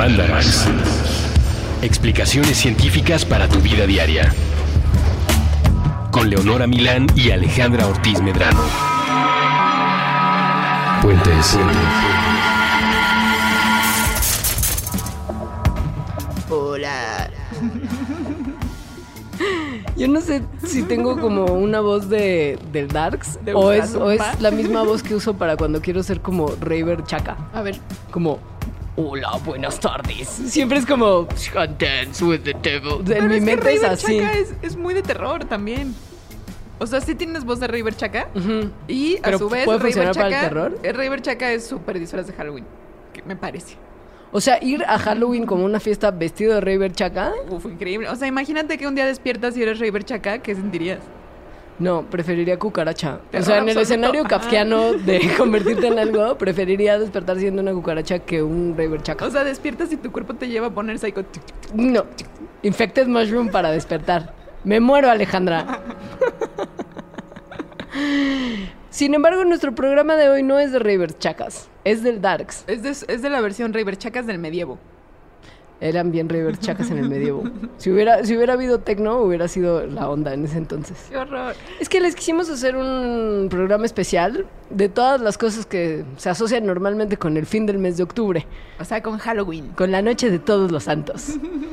Mandarax. Explicaciones científicas para tu vida diaria. Con Leonora Milán y Alejandra Ortiz Medrano. Puentes. Hola. Yo no sé si tengo como una voz del Darks o es la misma voz que uso para cuando quiero ser como Raver Chaka. A ver. Como, hola, buenas tardes. Siempre es como, dance with the devil. Pero En mi mente es Raver así. Chaka es muy de terror también. O sea, sí tienes voz de Raver Chaka. Ujú. Y Pero a su vez, ¿puede Raver funcionar para el Chaka, terror? Raver Chaka es súper disfraz de Halloween, que me parece. O sea, ir a Halloween como una fiesta vestido de Raver Chaka. Uf, increíble. O sea, imagínate que un día despiertas y eres Raver Chaka, ¿qué sentirías? No, preferiría cucaracha. O Terror sea, en el absoluto. escenario Ajá. kafkiano de convertirte en algo, preferiría despertar siendo una cucaracha que un Raver Chaka. O sea, despiertas y tu cuerpo te lleva a poner psycho. No, Infected Mushroom para despertar. Me muero, Alejandra. Sin embargo, nuestro programa de hoy no es de Raver Chacas, es del Darks. Es de la versión Raver Chakas del medievo. Eran bien Raver Chacas en el medievo. Si hubiera habido techno, hubiera sido la onda en ese entonces. ¡Qué horror! Es que les quisimos hacer un programa especial de todas las cosas que se asocian normalmente con el fin del mes de octubre, O sea, con Halloween. con la noche de todos los santos.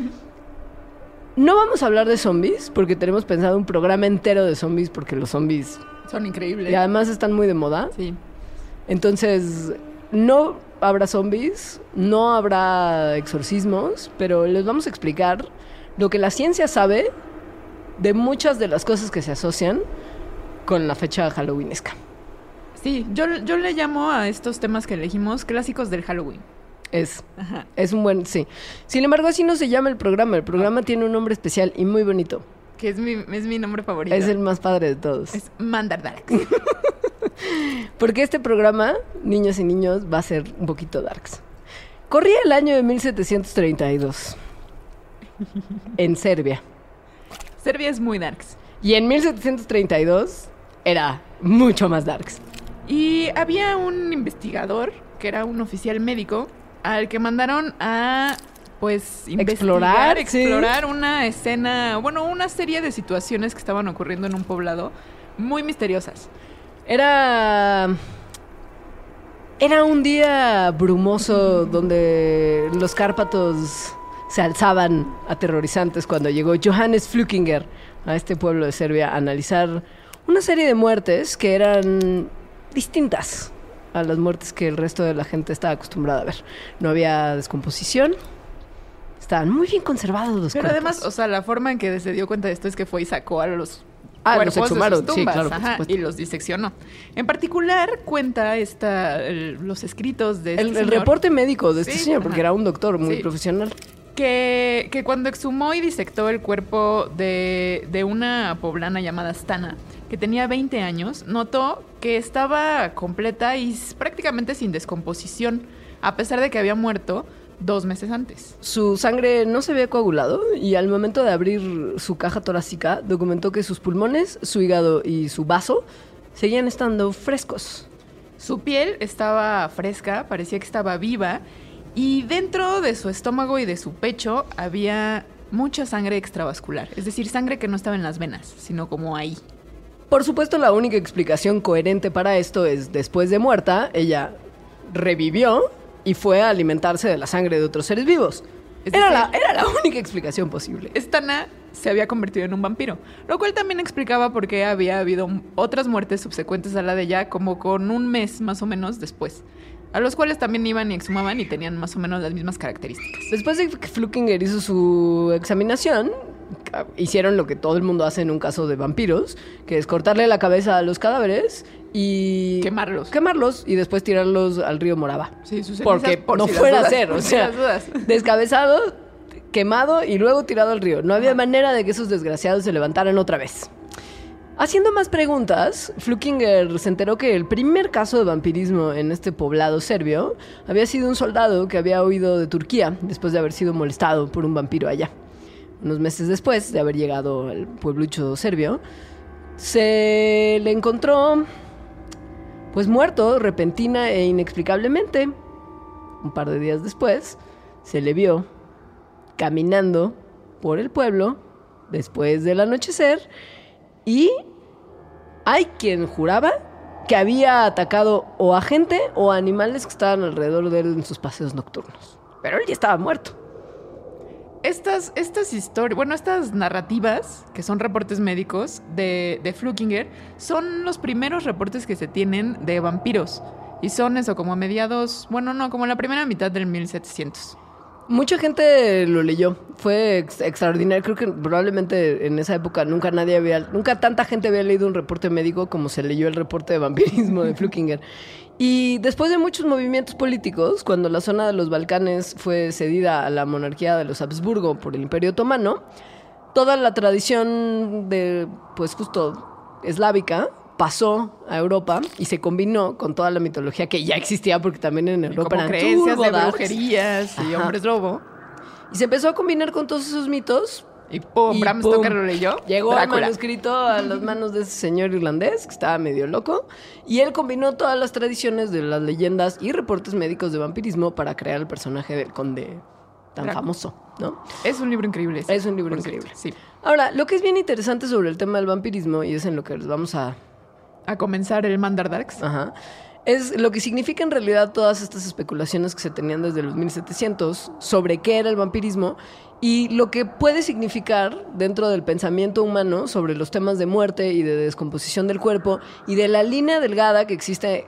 No vamos a hablar de zombies, porque tenemos pensado un programa entero de zombies, porque los zombies Son increíbles. y además están muy de moda. Sí. Entonces, no habrá zombies, no habrá exorcismos, pero les vamos a explicar lo que la ciencia sabe de muchas de las cosas que se asocian con la fecha halloweenesca. Sí, yo le llamo a estos temas que elegimos clásicos del Halloween. Ajá. Es un buen, sí. Sin embargo, así no se llama el programa. El programa tiene un nombre especial y muy bonito. Que es mi nombre favorito. Es el más padre de todos. Es Mandarax. Porque este programa, niños y niños, va a ser un poquito darks. Corría el año de 1732 en Serbia. Serbia es muy darks. Y en 1732 era mucho más darks. Y había un investigador, que era un oficial médico, al que mandaron a, pues, Explorar, explorar una escena, bueno, una serie de situaciones que estaban ocurriendo en un poblado muy misteriosas. Era un día brumoso donde los Cárpatos se alzaban aterrorizantes cuando llegó Johannes Flückiger a este pueblo de Serbia a analizar una serie de muertes que eran distintas a las muertes que el resto de la gente estaba acostumbrada a ver. No había descomposición, estaban muy bien conservados los Pero cuerpos. además, o sea, la forma en que se dio cuenta de esto es que fue y sacó a los los cuerpos exhumaron, de sus sí, tumbas, claro, por ajá, supuesto. y los diseccionó. En particular, cuenta los escritos de este el señor, reporte médico de este Sí, señor, porque ajá. era un doctor muy Sí. profesional. que cuando exhumó y disectó el cuerpo de una poblana llamada Stana, que tenía 20 años, notó que estaba completa y prácticamente sin descomposición, a pesar de que había muerto 2 meses antes. Su sangre no se había coagulado y al momento de abrir su caja torácica documentó que sus pulmones, su hígado y su vaso seguían estando frescos. Su piel estaba fresca, parecía que estaba viva, y dentro de su estómago y de su pecho había mucha sangre extravascular, es decir, sangre que no estaba en las venas, sino como ahí. Por supuesto, la única explicación coherente para esto es después de muerta, ella revivió y fue a alimentarse de la sangre de otros seres vivos. Es Era decir, la única explicación posible. Stana se había convertido en un vampiro, lo cual también explicaba por qué había habido otras muertes subsecuentes a la de ella, como con un mes más o menos después, a los cuales también iban y exhumaban y tenían más o menos las mismas características. Después de que Flückiger hizo su examinación, hicieron lo que todo el mundo hace en un caso de vampiros, que es cortarle la cabeza a los cadáveres y... Quemarlos y después tirarlos al río Morava. Sí, sus cenizas, Porque por no si las fuera a dudas, ser, por o si sea, las dudas. descabezado, quemado y luego tirado al río. No había manera de que esos desgraciados se levantaran otra vez. Haciendo más preguntas, Flückiger se enteró que el primer caso de vampirismo en este poblado serbio había sido un soldado que había huido de Turquía después de haber sido molestado por un vampiro allá. Unos meses después de haber llegado al pueblucho serbio, se le encontró pues muerto repentina e inexplicablemente. Un par de días después, se le vio caminando por el pueblo después del anochecer y hay quien juraba que había atacado o a gente o a animales que estaban alrededor de él en sus paseos nocturnos. Pero él ya estaba muerto. Estas historias, bueno, estas narrativas, que son reportes médicos de Flukinger, son los primeros reportes que se tienen de vampiros. Y son eso, como a mediados, bueno, no, como la primera mitad del 1700. Mucha gente lo leyó. Fue extraordinario. Creo que probablemente en esa época nunca tanta gente había leído un reporte médico como se leyó el reporte de vampirismo de Flukinger. Y después de muchos movimientos políticos, cuando la zona de los Balcanes fue cedida a la monarquía de los Habsburgo por el Imperio Otomano, toda la tradición de, pues justo, eslávica pasó a Europa y se combinó con toda la mitología que ya existía, porque también en Europa como eran creencias de turbodarks, brujerías y hombres lobo. y se empezó a combinar con todos esos mitos. Y pum, Bram Stoker lo leyó. Llegó el Drácula. manuscrito a las manos de ese señor irlandés que estaba medio loco y él combinó todas las tradiciones de las leyendas y reportes médicos de vampirismo para crear el personaje del conde tan Drácula. famoso, ¿no? Es un libro increíble. Es un libro por increíble. cierto, sí. Ahora, lo que es bien interesante sobre el tema del vampirismo, y es en lo que les vamos a comenzar el Mandardarks. Ajá. Es lo que significa en realidad todas estas especulaciones que se tenían desde los 1700 sobre qué era el vampirismo y lo que puede significar dentro del pensamiento humano sobre los temas de muerte y de descomposición del cuerpo y de la línea delgada que existe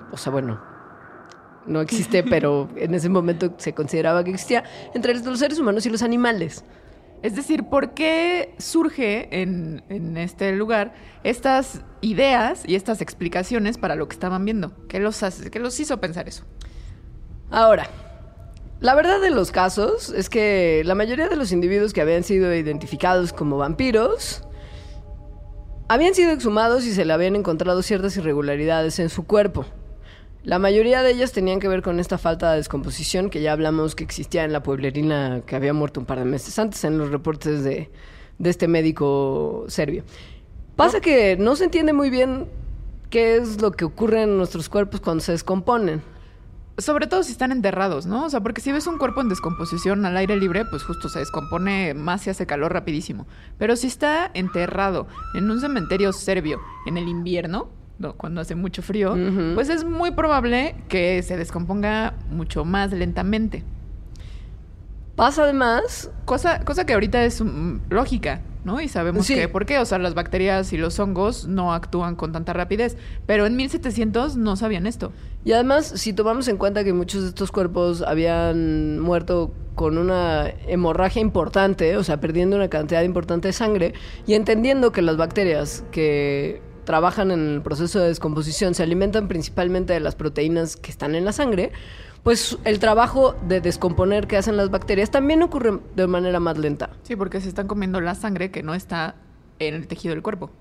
no existe, pero en ese momento se consideraba que existía entre los seres humanos y los animales. Es decir, ¿por qué surge en este lugar estas ideas y estas explicaciones para lo que estaban viendo? ¿Qué los hizo pensar eso? Ahora, la verdad de los casos es que la mayoría de los individuos que habían sido identificados como vampiros habían sido exhumados y se le habían encontrado ciertas irregularidades en su cuerpo. La mayoría de ellas tenían que ver con esta falta de descomposición que ya hablamos que existía en la pueblerina que había muerto un par de meses antes en los reportes de este médico serbio. Pasa que no se entiende muy bien qué es lo que ocurre en nuestros cuerpos cuando se descomponen. Sobre todo si están enterrados, ¿no? O sea, porque si ves un cuerpo en descomposición al aire libre, pues justo se descompone más y hace calor rapidísimo. Pero si está enterrado en un cementerio serbio en el invierno, no, cuando hace mucho frío, pues es muy probable que se descomponga mucho más lentamente. Pasa además... Cosa que ahorita es lógica, ¿no? Y sabemos Sí. que por qué. O sea, las bacterias y los hongos no actúan con tanta rapidez. Pero en 1700 no sabían esto. Y además, si tomamos en cuenta que muchos de estos cuerpos habían muerto con una hemorragia importante, o sea, perdiendo una cantidad importante de sangre, y entendiendo que las bacterias que trabajan en el proceso de descomposición se alimentan principalmente de las proteínas que están en la sangre, pues el trabajo de descomponer que hacen las bacterias también ocurre de manera más lenta. Sí, porque se están comiendo la sangre que no está en el tejido del cuerpo.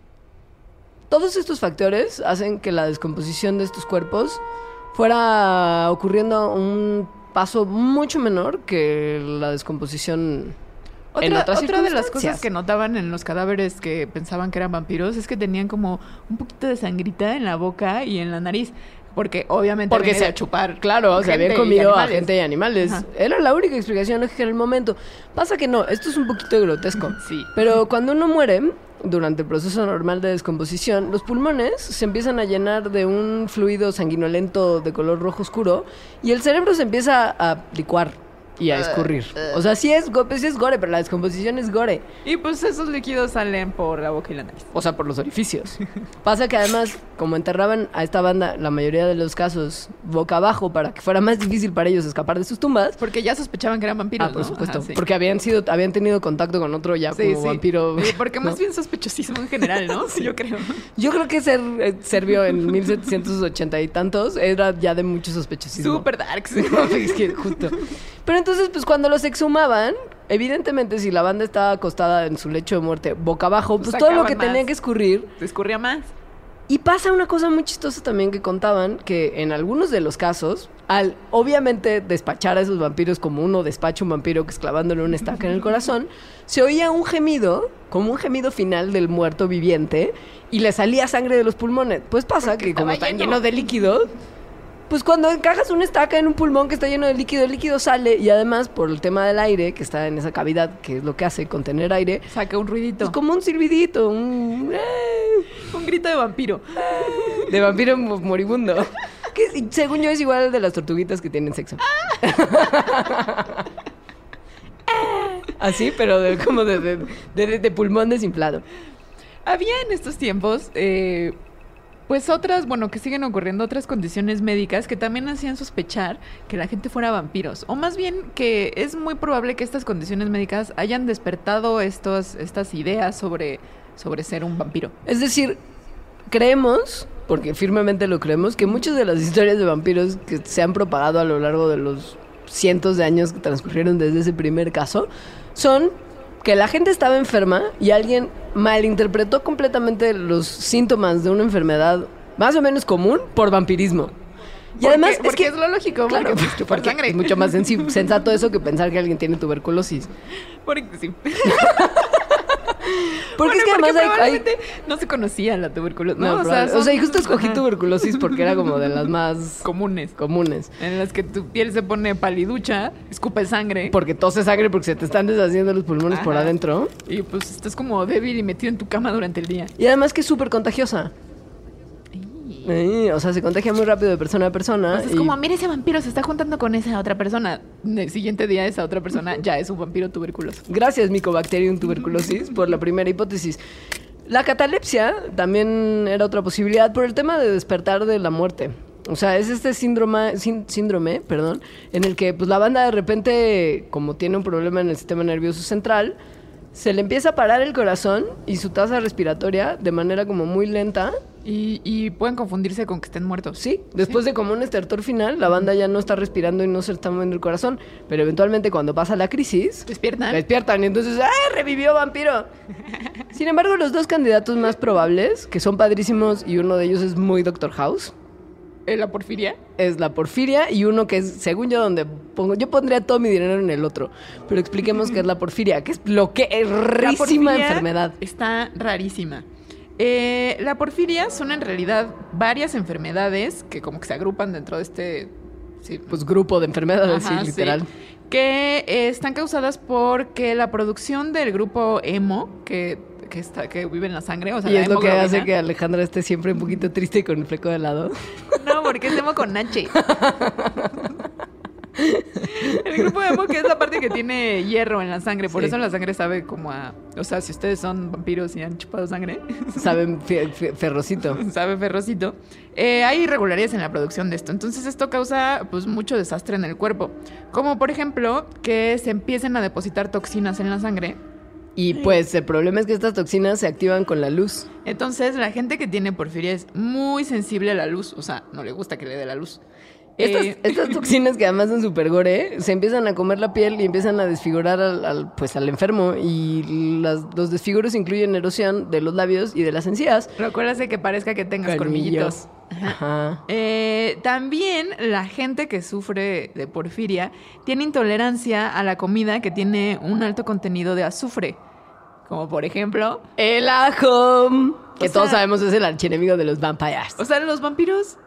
Todos estos factores hacen que la descomposición de estos cuerpos fuera ocurriendo a un paso mucho menor que la descomposición en otras Otra de las circunstancias. cosas que notaban en los cadáveres que pensaban que eran vampiros es que tenían como un poquito de sangrita en la boca y en la nariz. Porque obviamente Porque viene se de chupar. Claro, se gente habían y comido a animales. gente y animales. Ajá. Era la única explicación lógica en el momento. Pasa que no, esto es un poquito grotesco. Sí. Pero cuando uno muere, durante el proceso normal de descomposición, los pulmones se empiezan a llenar de un fluido sanguinolento de color rojo oscuro y el cerebro se empieza a licuar y a escurrir. O sea, sí es gore, pero la descomposición es gore. Y pues esos líquidos salen por la boca y la nariz. O sea, por los orificios. Pasa que además, como enterraban a esta banda, la mayoría de los casos, boca abajo, para que fuera más difícil para ellos escapar de sus tumbas. Porque ya sospechaban que eran vampiros, Por ¿no? supuesto. Ajá, sí. Porque habían tenido contacto con otro ya Sí, como sí. vampiro. Porque más ¿no? bien sospechosismo en general, ¿no? Sí, yo creo. Yo creo que ser serbio en 1780 y tantos era ya de mucho sospechosismo. Super darks. Es que justo. Pero entonces, pues cuando los exhumaban, evidentemente si la banda estaba acostada en su lecho de muerte boca abajo, pues todo lo Sacaban que más. tenía que escurrir. Se escurría más. Y pasa una cosa muy chistosa también que contaban, que en algunos de los casos, al obviamente despachar a esos vampiros como uno despacha un vampiro que es clavándole una estaca en el corazón, se oía un gemido, como un gemido final del muerto viviente, y le salía sangre de los pulmones. Pues pasa Porque que como estaba están lleno. llenos de líquido, Pues cuando encajas una estaca en un pulmón que está lleno de líquido, el líquido sale y además por el tema del aire que está en esa cavidad, que es lo que hace contener aire, Saca un ruidito. es como un silbidito, un grito de vampiro. de vampiro moribundo. Que según yo es igual al de las tortuguitas que tienen sexo. Así, pero como de pulmón desinflado. Había en estos tiempos, pues otras, bueno, que siguen ocurriendo otras condiciones médicas que también hacían sospechar que la gente fuera vampiros. O más bien que es muy probable que estas condiciones médicas hayan despertado estas ideas sobre ser un vampiro. Es decir, creemos, porque firmemente lo creemos, que muchas de las historias de vampiros que se han propagado a lo largo de los cientos de años que transcurrieron desde ese primer caso son que la gente estaba enferma y alguien malinterpretó completamente los síntomas de una enfermedad más o menos común por vampirismo. Y además porque es lo lógico, claro, porque sangre. es mucho más sensato eso que pensar que alguien tiene tuberculosis. Porque sí. Porque es que además probablemente no se conocía la tuberculosis. No, o sea, y justo escogí tuberculosis porque era como de las más comunes. En las que tu piel se pone paliducha, escupe sangre. Porque tose sangre porque se te están deshaciendo los pulmones por adentro. Y pues estás como débil y metido en tu cama durante el día. Y además que es súper contagiosa. O sea, se contagia muy rápido de persona a persona. Pues es como, mira, ese vampiro se está juntando con esa otra persona. El siguiente día esa otra persona ya es un vampiro tuberculoso. Gracias, Mycobacterium tuberculosis, por la primera hipótesis. La catalepsia también era otra posibilidad por el tema de despertar de la muerte. O sea, es este síndrome, en el que pues la banda de repente, como tiene un problema en el sistema nervioso central, se le empieza a parar el corazón y su tasa respiratoria de manera como muy lenta. Y pueden confundirse con que estén muertos. Sí, después de como un estertor final, la banda ya no está respirando y no se está moviendo el corazón. Pero eventualmente cuando pasa la crisis... Despiertan y entonces ¡ah! ¡Revivió vampiro! Sin embargo, los dos candidatos más probables, que son padrísimos y uno de ellos es muy Doctor House... ¿La porfiria? Es la porfiria y uno que es, según yo, donde pongo... Yo pondría todo mi dinero en el otro. Pero expliquemos qué es la porfiria, que es lo que es rarísima enfermedad. Está rarísima. La porfiria son en realidad varias enfermedades que como que se agrupan dentro de este... Sí, pues grupo de enfermedades, ajá, sí, literal. Sí, que están causadas porque la producción del grupo hemo, que vive en la sangre, o sea, y es lo que hace que Alejandra esté siempre un poquito triste y con el fleco de lado. No, porque es hemo con H. El grupo hemo, que es la parte que tiene hierro en la sangre, por eso la sangre sabe como a... O sea, si ustedes son vampiros y han chupado sangre... Saben ferrocito. Sabe ferrocito. Hay irregularidades en la producción de esto. Entonces esto causa pues mucho desastre en el cuerpo. Como por ejemplo, que se empiecen a depositar toxinas en la sangre. Y pues el problema es que estas toxinas se activan con la luz. Entonces la gente que tiene porfiria es muy sensible a la luz. O sea, no le gusta que le dé la luz. Estas toxinas que además son súper gore, se empiezan a comer la piel y empiezan a desfigurar al enfermo. Y los desfiguros incluyen erosión de los labios y de las encías. Recuérdate que parezca que tengas colmillitos. Ajá. También la gente que sufre de porfiria tiene intolerancia a la comida que tiene un alto contenido de azufre. Como por ejemplo... el ajo. Que todos sabemos es el archienemigo de los vampires. O sea, los vampiros...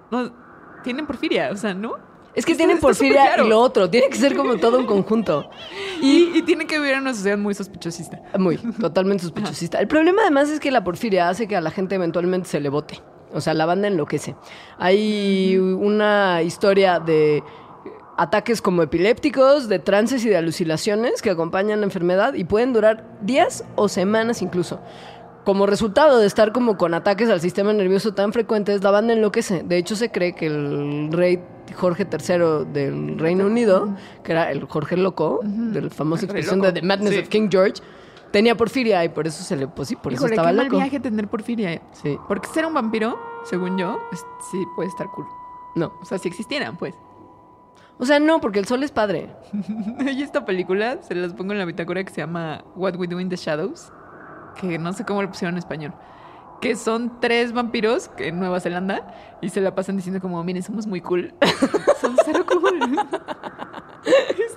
tienen porfiria, o sea, ¿no? Es que tienen porfiria claro. Y lo otro. Tiene que ser como todo un conjunto. Y tienen que vivir en una sociedad muy sospechosista. Totalmente sospechosista. El problema además es que la porfiria hace que a la gente eventualmente se le bote. O sea, la banda enloquece. Hay una historia de ataques como epilépticos, de trances y de alucinaciones que acompañan la enfermedad y pueden durar días o semanas incluso. Como resultado de estar como con ataques al sistema nervioso tan frecuentes, la banda enloquece. De hecho, se cree que el rey Jorge III del Reino Unido, que era el Jorge Loco, de la famosa expresión de The Madness of King George, tenía porfiria y por eso se le... Pues sí, por eso estaba qué loco. Mal viaje tener porfiria. Sí. Porque ser un vampiro, según yo, sí puede estar cool. No. O sea, si existieran, pues. O sea, no, porque el sol es padre. Hay esta película, se las pongo en la bitácora, que se llama What We Do in the Shadows, que no sé cómo lo pusieron en español, que son 3 vampiros en Nueva Zelanda y se la pasan diciendo como, miren, somos muy cool. Son cero cool.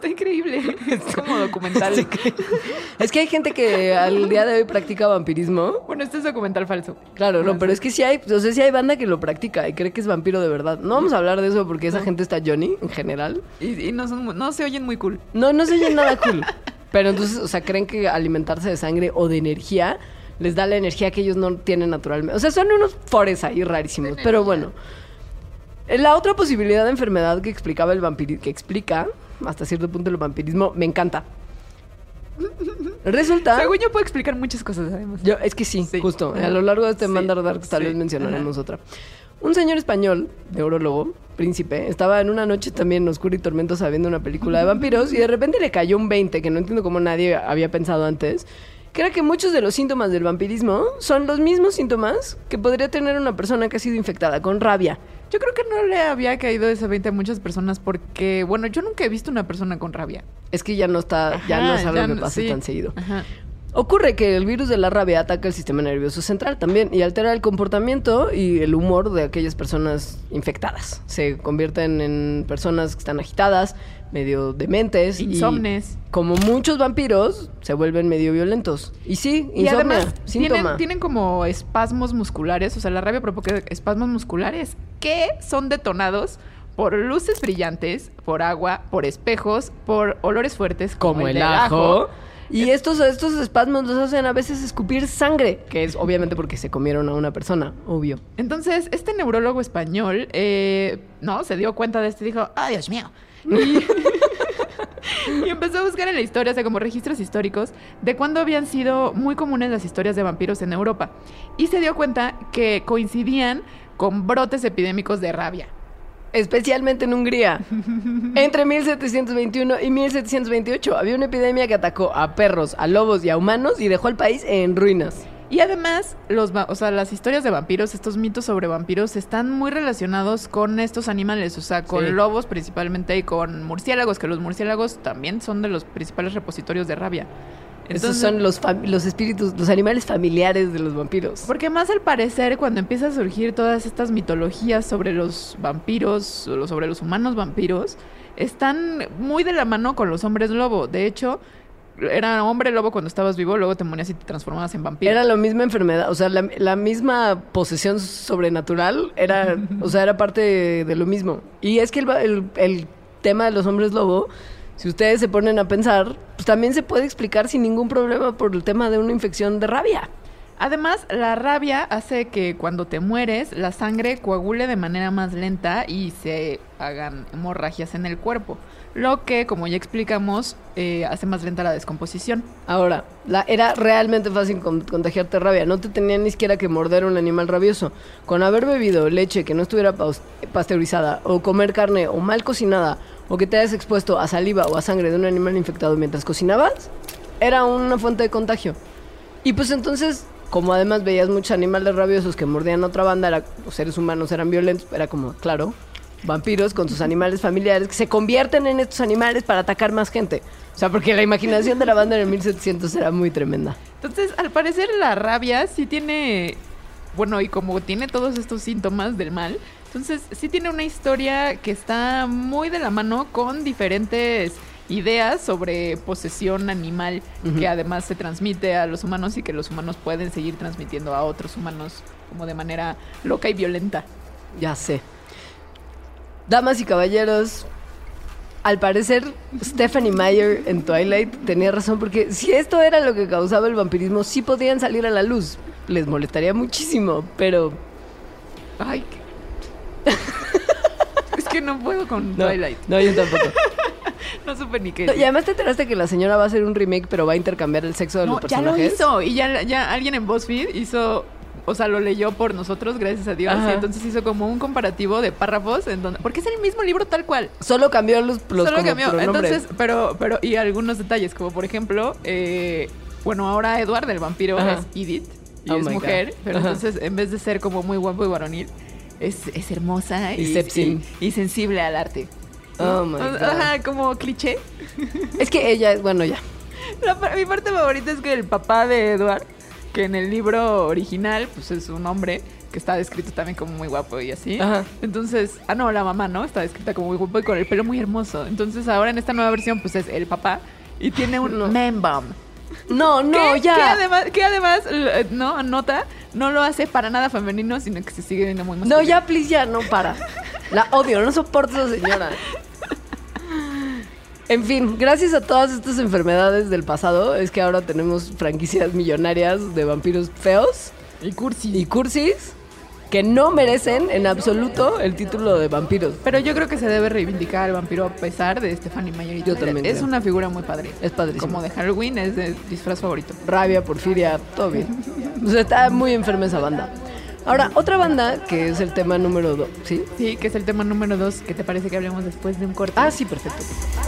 Está increíble. Es como documental. Es que hay gente que al día de hoy practica vampirismo. Bueno, este es documental falso. Claro, no, pero es que sí hay, o sea, sí hay banda que lo practica y cree que es vampiro de verdad. No vamos a hablar de eso porque esa gente está Johnny en general. Y no se oyen muy cool. No se oyen nada cool. Pero entonces, o sea, creen que alimentarse de sangre o de energía les da la energía que ellos no tienen naturalmente. O sea, son unos fores ahí rarísimos. Pero bueno. La otra posibilidad de enfermedad que explicaba el vampirismo, que explica hasta cierto punto el vampirismo, me encanta. Resulta... Según yo puedo explicar muchas cosas, además. Es que sí, justo. A lo largo de este Mandar Dark tal vez mencionaremos otra. Un señor español, neurólogo, príncipe, estaba en una noche también oscura y tormentosa viendo una película de vampiros y de repente le cayó un 20, que no entiendo cómo nadie había pensado antes, que era que muchos de los síntomas del vampirismo son los mismos síntomas que podría tener una persona que ha sido infectada con rabia. Yo creo que no le había caído ese 20 a muchas personas porque, bueno, yo nunca he visto una persona con rabia. Es que ya no está, ya no es algo que pase tan seguido. Ajá. Ocurre que el virus de la rabia ataca el sistema nervioso central también y altera el comportamiento y el humor de aquellas personas infectadas. Se convierten en personas que están agitadas, medio dementes. Insomnes. Y como muchos vampiros, se vuelven medio violentos. Y sí, insomnia, y además síntoma. Tienen como espasmos musculares, o sea, la rabia provoca espasmos musculares que son detonados por luces brillantes, por agua, por espejos, por olores fuertes como el del ajo. Y estos espasmos los hacen a veces escupir sangre, que es obviamente porque se comieron a una persona, obvio. Entonces, este neurólogo español, se dio cuenta de esto y dijo, ¡ay, Dios mío! Y empezó a buscar en la historia, o sea, como registros históricos, de cuándo habían sido muy comunes las historias de vampiros en Europa. Y se dio cuenta que coincidían con brotes epidémicos de rabia. Especialmente en Hungría. Entre 1721 y 1728 había una epidemia que atacó a perros, a lobos y a humanos y dejó al país en ruinas. Y además, las historias de vampiros, estos mitos sobre vampiros, están muy relacionados con estos animales, o sea, con lobos principalmente y con murciélagos, que los murciélagos también son de los principales repositorios de rabia. Entonces, esos son los espíritus, los animales familiares de los vampiros. Porque más al parecer, cuando empieza a surgir todas estas mitologías sobre los vampiros, o sobre los humanos vampiros, están muy de la mano con los hombres lobo. De hecho, era hombre lobo cuando estabas vivo, luego te morías y te transformabas en vampiro. Era la misma enfermedad, o sea, la misma posesión sobrenatural, era parte de lo mismo. Y es que el tema de los hombres lobo, si ustedes se ponen a pensar, pues también se puede explicar sin ningún problema por el tema de una infección de rabia. Además, la rabia hace que cuando te mueres, la sangre coagule de manera más lenta y se hagan hemorragias en el cuerpo, lo que, como ya explicamos, hace más lenta la descomposición. Ahora, era realmente fácil contagiarte rabia. No te tenían ni siquiera que morder un animal rabioso. Con haber bebido leche que no estuviera pasteurizada, o comer carne o mal cocinada, o que te hayas expuesto a saliva o a sangre de un animal infectado mientras cocinabas, era una fuente de contagio. Y pues entonces, como además veías muchos animales rabiosos que mordían a otra banda, los seres humanos eran violentos, era como, claro, vampiros con sus animales familiares que se convierten en estos animales para atacar más gente. O sea, porque la imaginación de la banda en el 1700 era muy tremenda. Entonces, al parecer la rabia sí tiene, bueno, y como tiene todos estos síntomas del mal, entonces sí tiene una historia que está muy de la mano con diferentes ideas sobre posesión animal, que además se transmite a los humanos y que los humanos pueden seguir transmitiendo a otros humanos como de manera loca y violenta. Ya sé. Damas y caballeros, al parecer Stephenie Meyer en Twilight tenía razón, porque si esto era lo que causaba el vampirismo, sí podían salir a la luz. Les molestaría muchísimo, pero... Ay, es que no puedo con Twilight. No, yo tampoco. No supe ni qué. Y además te enteraste que la señora va a hacer un remake, pero va a intercambiar el sexo de los personajes. Ya lo hizo. Y ya alguien en BuzzFeed hizo... O sea, lo leyó por nosotros, gracias a Dios. Ajá. Y entonces hizo como un comparativo de párrafos en donde... Porque es el mismo libro tal cual. Solo cambió los Solo cambió. Entonces, pero... Y algunos detalles, como por ejemplo... bueno, ahora Edward, el vampiro, es Edith. Y es mujer. God. Pero entonces, en vez de ser como muy guapo y varonil... Es hermosa y sensible al arte. Oh my God. Ajá, como cliché. Es que ella, bueno, ya. Mi parte favorita es que el papá de Edward, que en el libro original, pues es un hombre que está descrito también como muy guapo y así. Ajá. Entonces, no, la mamá, ¿no? Está descrita como muy guapo y con el pelo muy hermoso. Entonces, ahora en esta nueva versión, pues es el papá y tiene un man bum. No, Que ya. que además, no, nota, no lo hace para nada femenino, sino que se sigue viendo muy No, masculino. ya, please, ya, no para. La odio, no soporto a esa señora. En fin, gracias a todas estas enfermedades del pasado, es que ahora tenemos franquicias millonarias de vampiros feos Y cursi. y cursis que no merecen en absoluto el título de vampiros. Pero yo creo que se debe reivindicar al vampiro a pesar de Stephanie Meyer. Yo también Es creo. una figura muy padre. Es padrísimo. Como de Halloween, es de disfraz favorito. Rabia, porfiria, todo bien. O sea, está muy enferma esa banda. Ahora, otra banda que es el tema número 2, ¿sí? Sí, que es el tema número 2, que te parece que hablemos después de un corte. Ah, sí, perfecto.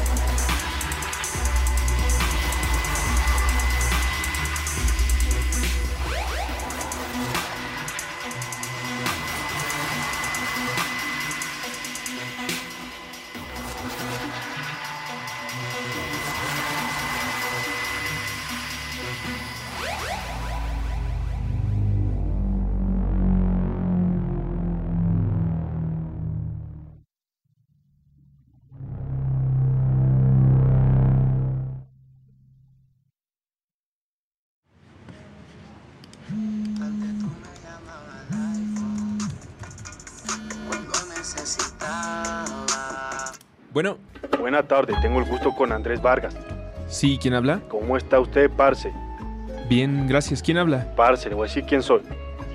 Bueno, Buena tarde, tengo el gusto con Andrés Vargas. sí, ¿quién habla? ¿Cómo está usted, parce? Bien, gracias. ¿Quién habla? Parce, le voy a decir quién soy.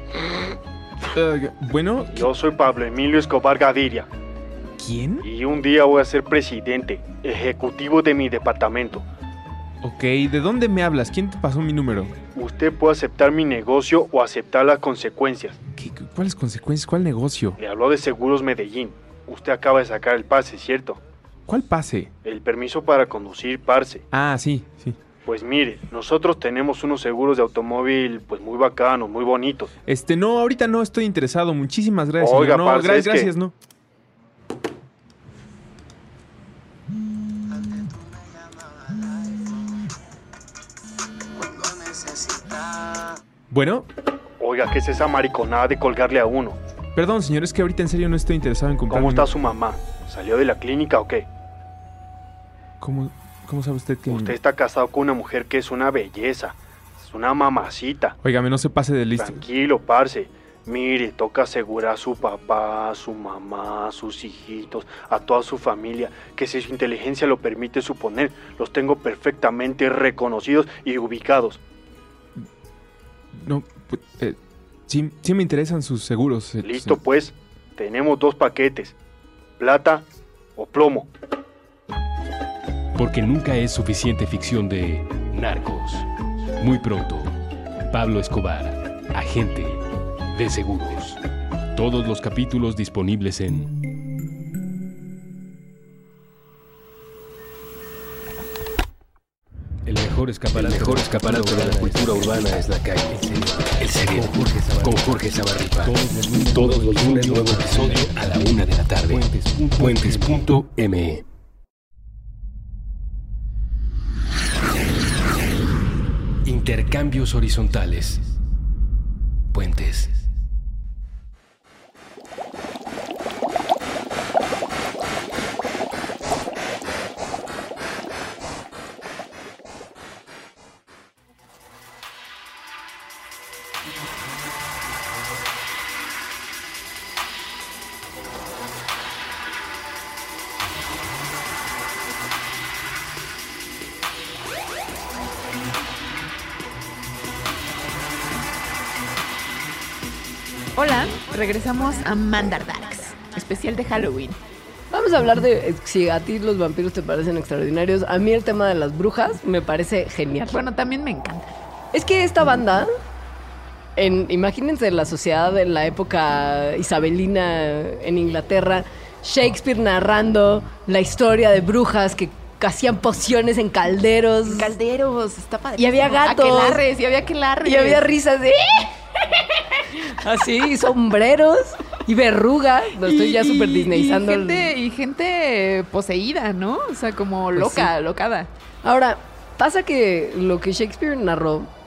Bueno, Yo soy Pablo Emilio Escobar Gaviria ¿quién? y un día voy a ser presidente, ejecutivo de mi departamento. Ok, ¿de dónde me hablas? ¿Quién te pasó mi número? Usted puede aceptar mi negocio o aceptar las consecuencias. ¿Cuáles consecuencias? ¿Cuál negocio? Le habló de Seguros Medellín. Usted acaba de sacar el pase, ¿cierto? ¿Cuál pase? El permiso para conducir, parce. Ah, sí. Pues mire, nosotros tenemos unos seguros de automóvil pues muy bacanos, muy bonitos. No, ahorita no estoy interesado. Muchísimas gracias. Oiga, señor. No, parce, es que- gracias, no. Bueno, Oiga, ¿qué es esa mariconada de colgarle a uno? perdón, señor, es que ahorita en serio no estoy interesado en comprar. ¿Cómo está su mamá? ¿Salió de la clínica o qué? ¿Cómo sabe usted que...? Usted está casado con una mujer que es una belleza, es una mamacita. Óigame, no se pase de listo. Tranquilo, parce. Mire, toca asegurar a su papá, a su mamá, a sus hijitos, a toda su familia, que si su inteligencia lo permite suponer, los tengo perfectamente reconocidos y ubicados. No, pues, sí me interesan sus seguros. Listo, pues, tenemos 2 paquetes, plata o plomo. Porque nunca es suficiente ficción de Narcos. Muy pronto, Pablo Escobar, agente de seguros. Todos los capítulos disponibles en... El mejor escaparate de la cultura urbana es la calle. El cerebro. Con Jorge Zabarripa. Todos los lunes nuevo episodio a la 1 de la tarde. Puentes.me. Intercambios horizontales. Puentes. Hola, regresamos a Mandar Darks, especial de Halloween. Vamos a hablar de si a ti los vampiros te parecen extraordinarios. A mí el tema de las brujas me parece genial. Bueno, también me encanta. Es que esta banda, imagínense la sociedad en la época isabelina en Inglaterra, Shakespeare narrando la historia de brujas que hacían pociones en calderos. Calderos, está padre. Y había gatos. Y había aquelarres. Y había risas de... Así, y sombreros y verruga. Lo estoy ya súper disneyizando. Y gente poseída, ¿no? O sea, como Pues loca, sí. locada. Ahora, pasa que lo que Shakespeare narró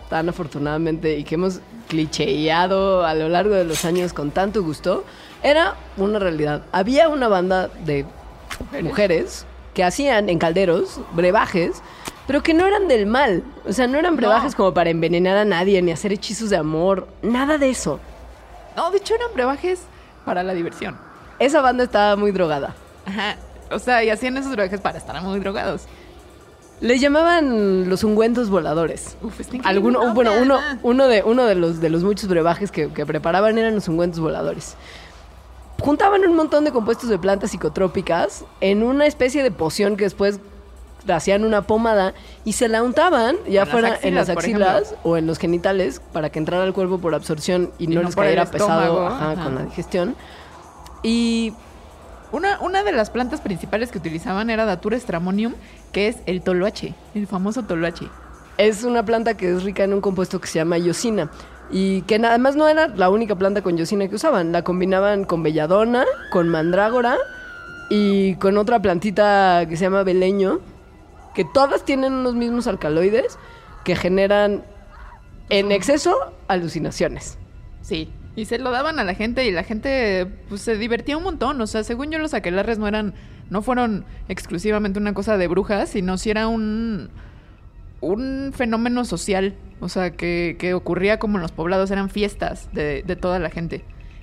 tan afortunadamente y que hemos clicheado a lo largo de los años con tanto gusto, era una realidad. Había una banda de mujeres que hacían en calderos brebajes, pero que no eran del mal. O sea, no eran brebajes como para envenenar a nadie ni hacer hechizos de amor. Nada de eso. No, de hecho eran brebajes para la diversión. Esa banda estaba muy drogada. Ajá. O sea, y hacían esos brebajes para estar muy drogados. Le llamaban los ungüentos voladores. Uf, está increíble. Uno de los muchos brebajes que preparaban eran los ungüentos voladores. Juntaban un montón de compuestos de plantas psicotrópicas en una especie de poción que después hacían una pomada y se la untaban, ya fuera en las axilas o en los genitales, para que entrara al cuerpo por absorción y no les cayera pesado con la digestión. Y una de las plantas principales que utilizaban era Datura stramonium, que es el toloache, el famoso toloache. Es una planta que es rica en un compuesto que se llama iosina. Y que además no era la única planta con iosina que usaban. La combinaban con belladona, con mandrágora y con otra plantita que se llama beleño, que todas tienen unos mismos alcaloides que generan en exceso alucinaciones. Sí, y se lo daban a la gente y la gente pues se divertía un montón. O sea, según yo los aquelarres no fueron exclusivamente una cosa de brujas, sino si era un fenómeno social. O sea, que ocurría como en los poblados, eran fiestas de toda la gente.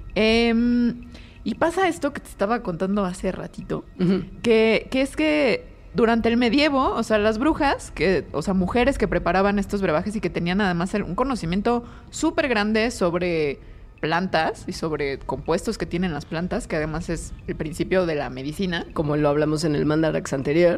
Y pasa esto que te estaba contando hace ratito, que es que durante el medievo, o sea, las brujas, mujeres que preparaban estos brebajes y que tenían además un conocimiento súper grande sobre plantas y sobre compuestos que tienen las plantas, que además es el principio de la medicina. Como lo hablamos en el Mandarax anterior.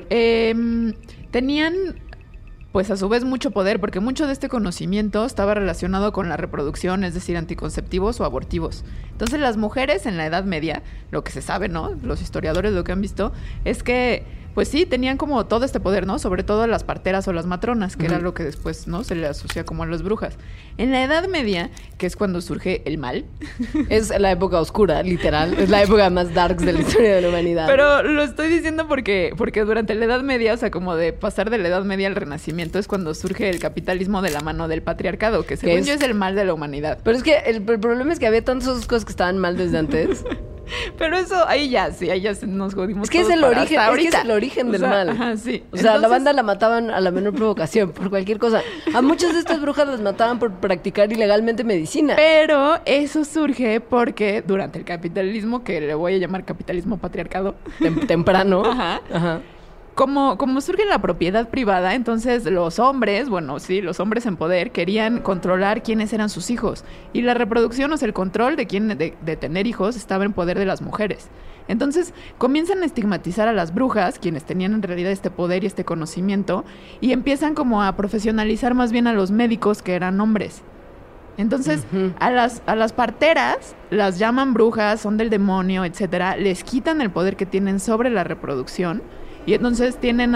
Tenían, pues a su vez, mucho poder, porque mucho de este conocimiento estaba relacionado con la reproducción, es decir, anticonceptivos o abortivos. Entonces las mujeres en la Edad Media, lo que se sabe, ¿no? Los historiadores lo que han visto, es que pues sí, tenían como todo este poder, ¿no? Sobre todo las parteras o las matronas, que era lo que después, ¿no? Se le asocia como a las brujas. En la Edad Media, que es cuando surge el mal. Es la época oscura, literal. Es la época más darks de la historia de la humanidad. Pero lo estoy diciendo porque durante la Edad Media, o sea, como de pasar de la Edad Media al Renacimiento, es cuando surge el capitalismo de la mano del patriarcado, que según yo es el mal de la humanidad. Pero es que el problema es que había tantas cosas que estaban mal desde antes. Pero eso, ahí ya nos jodimos. Es que es el origen del mal. Ajá, sí. O sea, la banda la mataban a la menor provocación, por cualquier cosa. A muchas de estas brujas las mataban por practicar ilegalmente medicina. Pero eso surge porque durante el capitalismo, que le voy a llamar capitalismo patriarcado. Temprano. Ajá. Como surge la propiedad privada, entonces los hombres en poder querían controlar quiénes eran sus hijos. Y la reproducción, o sea, el control de tener hijos estaba en poder de las mujeres. Entonces comienzan a estigmatizar a las brujas, quienes tenían en realidad este poder y este conocimiento, y empiezan como a profesionalizar más bien a los médicos, que eran hombres. Entonces, a las parteras las llaman brujas, son del demonio, etcétera. Les quitan el poder que tienen sobre la reproducción. Y entonces tienen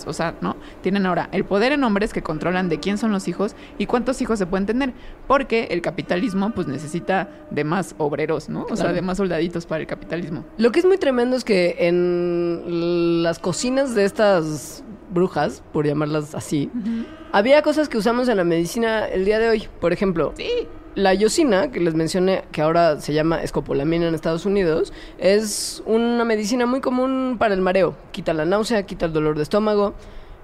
tienen ahora el poder en hombres que controlan de quién son los hijos y cuántos hijos se pueden tener, porque el capitalismo pues necesita de más obreros, ¿no? O sea, de más soldaditos para el capitalismo. Lo que es muy tremendo es que en las cocinas de estas brujas, por llamarlas así, había cosas que usamos en la medicina el día de hoy. Por ejemplo, la iosina, que les mencioné, que ahora se llama escopolamina en Estados Unidos, es una medicina muy común para el mareo. Quita la náusea, quita el dolor de estómago.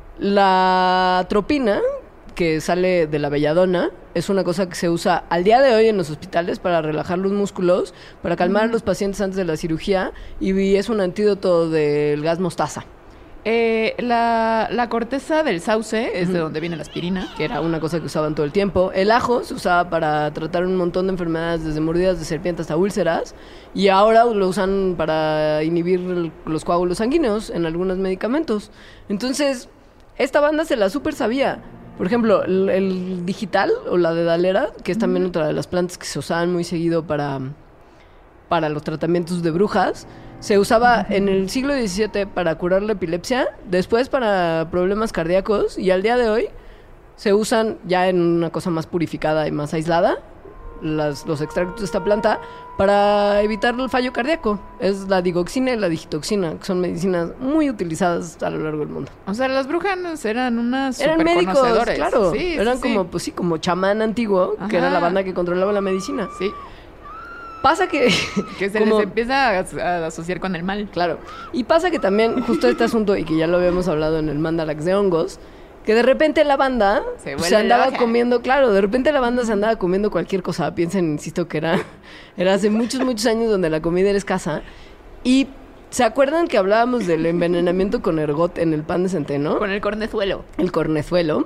La atropina, que sale de la belladona, es una cosa que se usa al día de hoy en los hospitales para relajar los músculos, para calmar a los pacientes antes de la cirugía, y es un antídoto del gas mostaza. La corteza del sauce es de donde viene la aspirina, que era una cosa que usaban todo el tiempo. El ajo se usaba para tratar un montón de enfermedades, desde mordidas de serpiente hasta úlceras, y ahora lo usan para inhibir los coágulos sanguíneos en algunos medicamentos. Entonces, esta banda se la súper sabía. Por ejemplo, el digital o la dedalera, que es también otra de las plantas que se usaban muy seguido para los tratamientos de brujas, se usaba en el siglo XVII para curar la epilepsia, después para problemas cardíacos, y al día de hoy se usan ya en una cosa más purificada y más aislada los extractos de esta planta para evitar el fallo cardíaco. Es la digoxina y la digitoxina, que son medicinas muy utilizadas a lo largo del mundo. O sea, las brujas eran unas Eran médicos, superconocedores. claro. Sí, eran sí, como, sí. pues sí, como chamán antiguo, que era Ajá. la banda que controlaba la medicina. Sí, Pasa que... que se como- les empieza a asociar con el mal. Claro. Y pasa que también, justo este asunto, y que ya lo habíamos hablado en el Mandalax de hongos, que de repente la banda Se se vuelve andaba loca. comiendo, claro, de repente la banda se andaba comiendo cualquier cosa. Piensen, insisto, que era hace muchos, muchos años donde la comida era escasa. Y ¿se acuerdan que hablábamos del envenenamiento con ergot en el pan de centeno? Con el cornezuelo. El cornezuelo.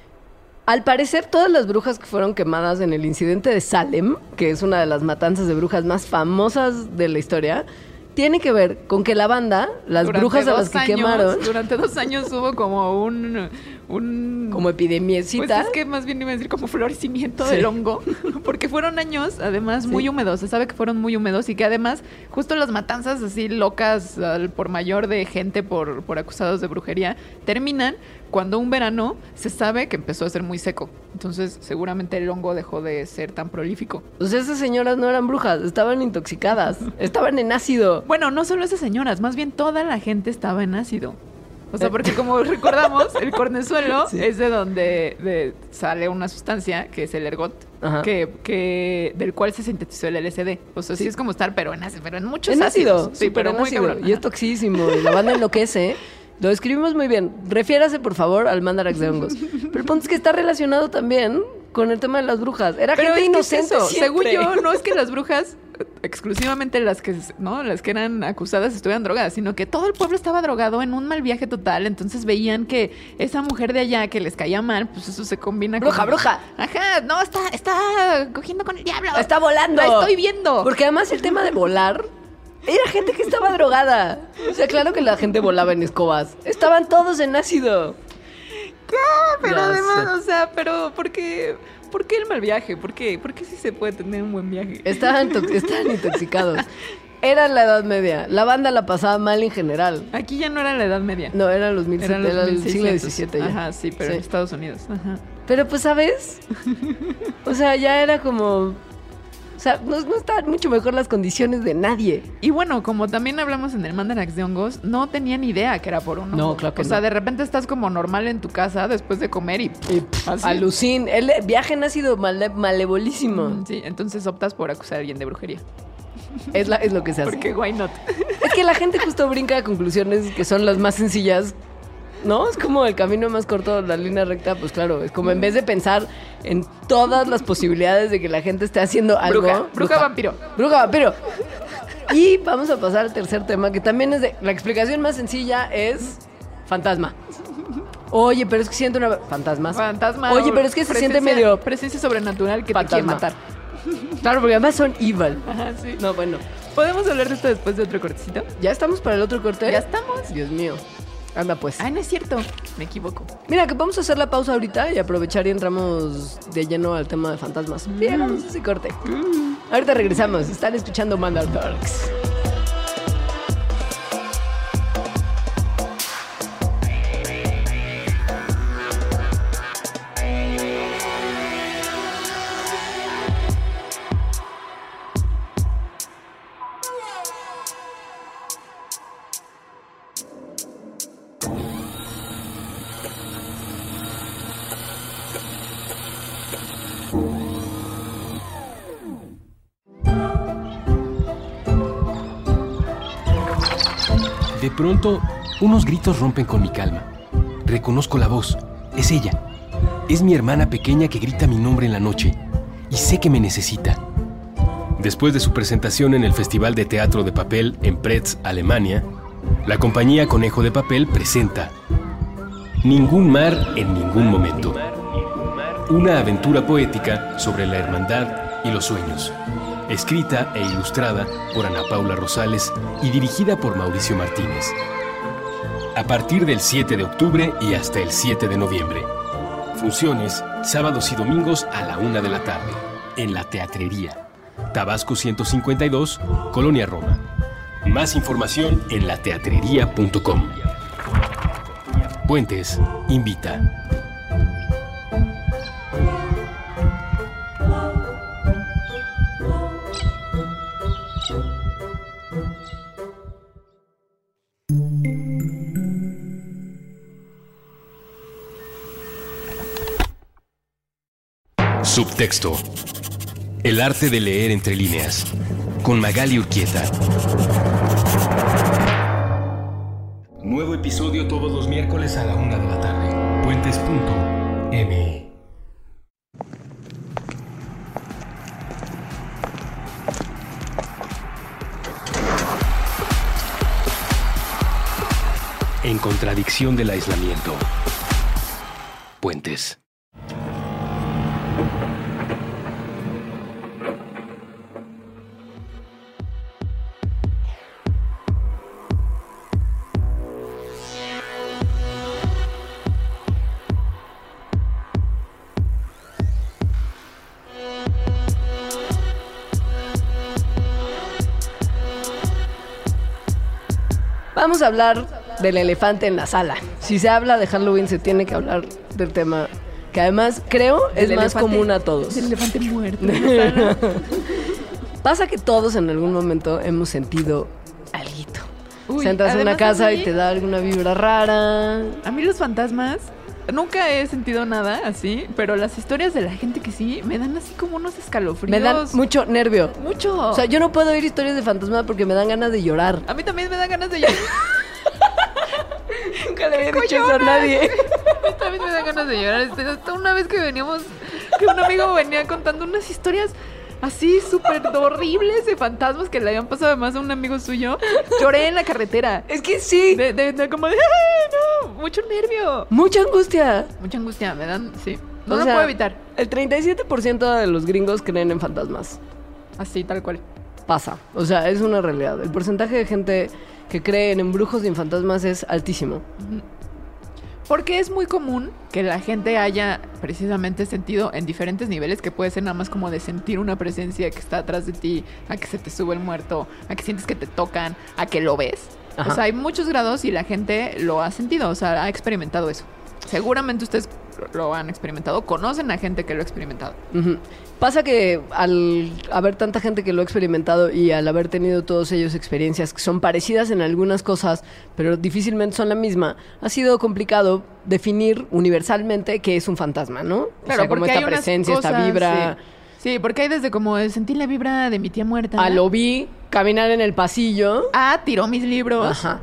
Al parecer, todas las brujas que fueron quemadas en el incidente de Salem, que es una de las matanzas de brujas más famosas de la historia, tiene que ver con que la banda, las Durante brujas a las 2 que años, quemaron, Durante 2 años hubo como un como pues epidemiecita. es que más bien iba a decir como florecimiento Sí. del hongo, porque fueron años, además, muy Sí. húmedos. Se sabe que fueron muy húmedos y que además, justo las matanzas así locas al por mayor de gente por acusados de brujería, terminan cuando un verano se sabe que empezó a ser muy seco. Entonces, seguramente el hongo dejó de ser tan prolífico. Pues esas señoras no eran brujas, estaban intoxicadas, estaban en ácido. Bueno, no solo esas señoras, más bien toda la gente estaba en ácido. O sea, porque como recordamos, el cornezuelo Sí. es de donde sale una sustancia, que es el ergot, Ajá. que del cual se sintetizó el LSD. O sea, sí, es como estar, pero en muchos En ácido, ácidos. Sí, súper pero en muy ácido. cabrón. Y es toxísimo, y la banda enloquece. Lo describimos muy bien. Refiérase, por favor, al Mandarax de hongos. Pero el punto es que está relacionado también con el tema de las brujas. Era Pero gente es que es inocente eso. Según siempre. yo, no es que las brujas, exclusivamente las que eran acusadas, estuvieran drogadas, sino que todo el pueblo estaba drogado en un mal viaje total. Entonces veían que esa mujer de allá que les caía mal, pues eso se combina Bruja, con... bruja. Ajá, no, está cogiendo con el diablo. Está volando. La estoy viendo. Porque además el tema de volar era gente que estaba drogada. O sea, claro que la gente volaba en escobas. Estaban todos en ácido. Pero Ya además, sé. o sea, pero ¿por qué el mal viaje? ¿Por qué sí se puede tener un buen viaje? Estaban intoxicados. Era la Edad Media. La banda la pasaba mal en general. Aquí ya no era la Edad Media. No, eran los Eran los era el siglo 1600. XVII ya. Ajá, sí, pero en Estados Unidos. Ajá. Pero pues, ¿sabes? O sea, ya era como... O sea, no estaban mucho mejor las condiciones de nadie. Y bueno, como también hablamos en el Mandarax de hongos, no tenía ni idea que era por un hongo. No, claro que O sea, no. de repente estás como normal en tu casa después de comer y... así. Alucin. El viaje ha sido malevolísimo. Sí, entonces optas por acusar a alguien de brujería. Es lo que se hace. Porque why not? Es que la gente justo brinca a conclusiones que son las más sencillas, ¿no? Es como el camino más corto, la línea recta, pues claro, es como en vez de pensar en todas las posibilidades de que la gente esté haciendo algo. Bruja vampiro. Bruja vampiro. Y vamos a pasar al tercer tema, que también es de... La explicación más sencilla es fantasma. Oye, pero es que siento una... Fantasmas. Fantasma. Oye, pero es que se siente medio... Presencia sobrenatural que te quiere Fantasma. matar. Claro, porque además son evil. Ajá, sí. No, bueno. ¿Podemos hablar de esto después de otro cortecito? ¿Ya estamos para el otro corte? Ya estamos. Dios mío. Anda pues. Ay, no es cierto. Me equivoco. Mira, que vamos a hacer la pausa ahorita y aprovechar y entramos de lleno al tema de fantasmas. Sí, hagamos ese corte. Ahorita regresamos. Están escuchando Mandal Talks. De pronto, unos gritos rompen con mi calma. Reconozco la voz. Es ella. Es mi hermana pequeña que grita mi nombre en la noche. Y sé que me necesita. Después de su presentación en el Festival de Teatro de Papel en Pretz, Alemania, la compañía Conejo de Papel presenta Ningún mar en ningún momento. Una aventura poética sobre la hermandad y los sueños. Escrita e ilustrada por Ana Paula Rosales y dirigida por Mauricio Martínez. A partir del 7 de octubre y hasta el 7 de noviembre. Funciones sábados y domingos a la 1 de la tarde. En la Teatrería. Tabasco 152, Colonia Roma. Más información en lateatrería.com. Puentes invita. Subtexto. El arte de leer entre líneas. Con Magali Urquieta. Nuevo episodio todos los miércoles a la 1 de la tarde. Puentes.me. En contradicción del aislamiento. Puentes. Vamos a hablar del elefante en la sala. Si se habla de Halloween, se tiene que hablar del tema que además creo es más común a todos. El elefante muerto. Pasa que todos en algún momento hemos sentido alguito. Uy, O sea, entras a una además casa a mí- y te da alguna vibra rara. A mí los fantasmas, nunca he sentido nada así, pero las historias de la gente que sí me dan así como unos escalofríos. Me dan mucho nervio. Mucho. O sea, yo no puedo oír historias de fantasmas porque me dan ganas de llorar. A mí también me dan ganas de llorar. Nunca le había dicho eso a nadie. A mí también me dan ganas de llorar. Hasta una vez que veníamos, que un amigo venía contando unas historias así súper horribles de fantasmas que le habían pasado además a un amigo suyo. Lloré en la carretera. Es que sí. De como de, ¡ay, no! Mucho nervio. Mucha angustia. Mucha angustia, me dan, sí. No O lo sea, puedo evitar. El 37% de los gringos creen en fantasmas. Así, tal cual. Pasa. O sea, es una realidad. El porcentaje de gente que cree en embrujos y en fantasmas es altísimo. Porque es muy común que la gente haya precisamente sentido en diferentes niveles, que puede ser nada más como de sentir una presencia que está atrás de ti, a que se te sube el muerto, a que sientes que te tocan, a que lo ves. Ajá. O sea, hay muchos grados y la gente lo ha sentido, o sea, ha experimentado eso. Seguramente ustedes lo han experimentado, conocen a gente que lo ha experimentado. Ujú. Pasa que al haber tanta gente que lo ha experimentado y al haber tenido todos ellos experiencias que son parecidas en algunas cosas, pero difícilmente son la misma, ha sido complicado definir universalmente qué es un fantasma, ¿no? Claro, o sea, como porque esta hay unas presencia, esta cosas, vibra. Sí, porque hay desde como de sentir la vibra de mi tía muerta. A lo vi caminar en el pasillo. Tiró mis libros. Ajá.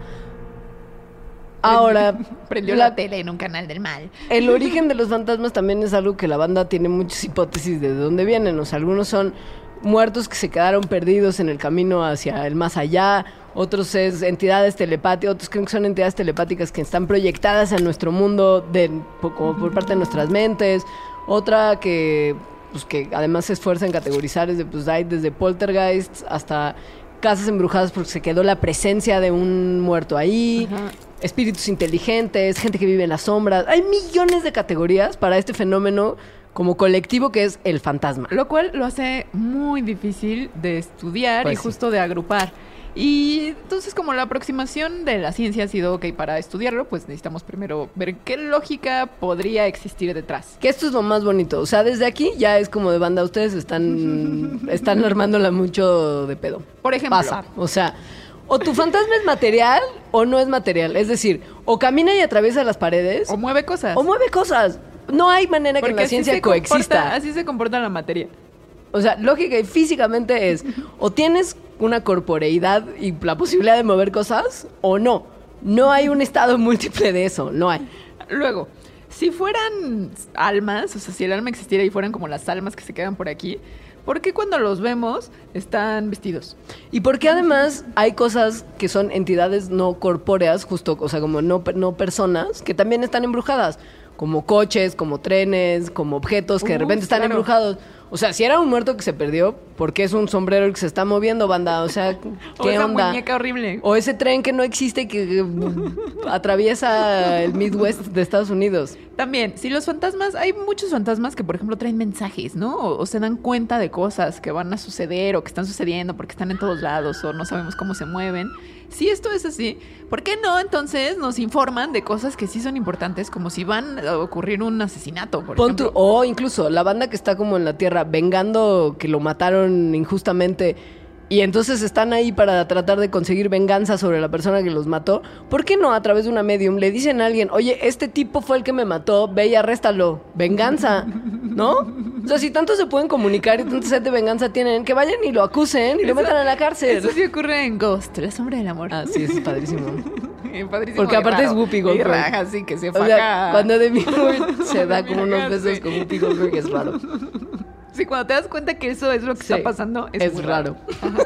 Ahora, Prendió la tele en un canal del mal. el origen de los fantasmas también es algo que la banda tiene muchas hipótesis de dónde vienen. O sea, algunos son muertos que se quedaron perdidos en el camino hacia el más allá. Otros es entidades telepáticas. Otros creen que son entidades telepáticas que están proyectadas en nuestro mundo como por parte de nuestras mentes. Otra que, pues, que además se esfuerza en categorizar es de, pues, hay desde poltergeists hasta casas embrujadas porque se quedó la presencia de un muerto ahí. Ajá. Espíritus inteligentes, gente que vive en las sombras. Hay millones de categorías para este fenómeno como colectivo que es el fantasma. Lo cual lo hace muy difícil de estudiar Pues y sí. justo de agrupar. Y entonces como la aproximación de la ciencia ha sido, ok, para estudiarlo, pues necesitamos primero ver qué lógica podría existir detrás. Que esto es lo más bonito. O sea, desde aquí ya es como de banda. Ustedes están armándola mucho de pedo. Por ejemplo. Pasa. O sea, o tu fantasma es material o no es material. Es decir, o camina y atraviesa las paredes O mueve cosas. o mueve cosas. No hay manera que Porque la así ciencia se coexista. así se comporta la materia. O sea, lógica y físicamente es o tienes una corporeidad y la posibilidad de mover cosas o no. No hay un estado múltiple de eso, no hay. Luego, si fueran almas, o sea, si el alma existiera y fueran como las almas que se quedan por aquí, ¿por qué cuando los vemos están vestidos? Y porque además hay cosas que son entidades no corpóreas, justo, o sea, como no personas, que también están embrujadas. Como coches, como trenes, como objetos que de repente están claro. embrujados. O sea, si era un muerto que se perdió, ¿por qué es un sombrero el que se está moviendo, banda? O sea, O ¿qué esa onda? muñeca horrible. O ese tren que no existe que atraviesa el Midwest de Estados Unidos. También, si los fantasmas, hay muchos fantasmas que, por ejemplo, traen mensajes, ¿no? O se dan cuenta de cosas que van a suceder o que están sucediendo porque están en todos lados o no sabemos cómo se mueven. Si esto es así, ¿por qué no entonces nos informan de cosas que sí son importantes, como si van a ocurrir un asesinato, por ejemplo? O incluso la banda que está como en la tierra vengando que lo mataron injustamente y entonces están ahí para tratar de conseguir venganza sobre la persona que los mató. ¿Por qué no a través de una medium le dicen a alguien, oye, este tipo fue el que me mató, ve y arréstalo, venganza, ¿no? O sea, si tanto se pueden comunicar y tanta sed de venganza tienen, que vayan y lo acusen y lo metan a la cárcel. Eso sí ocurre en Ghost, la sombra del amor. Ah, sí, eso es padrísimo. Padrísimo. Porque y aparte raro. es Whoopi Y Goldberg. raja, sí, que se O faja. sea, cuando Demi Moore se da como unos Ajá, besos sí. con Whoopi Goldberg es raro. Sí, cuando te das cuenta que eso es lo que Sí, está pasando, es muy raro.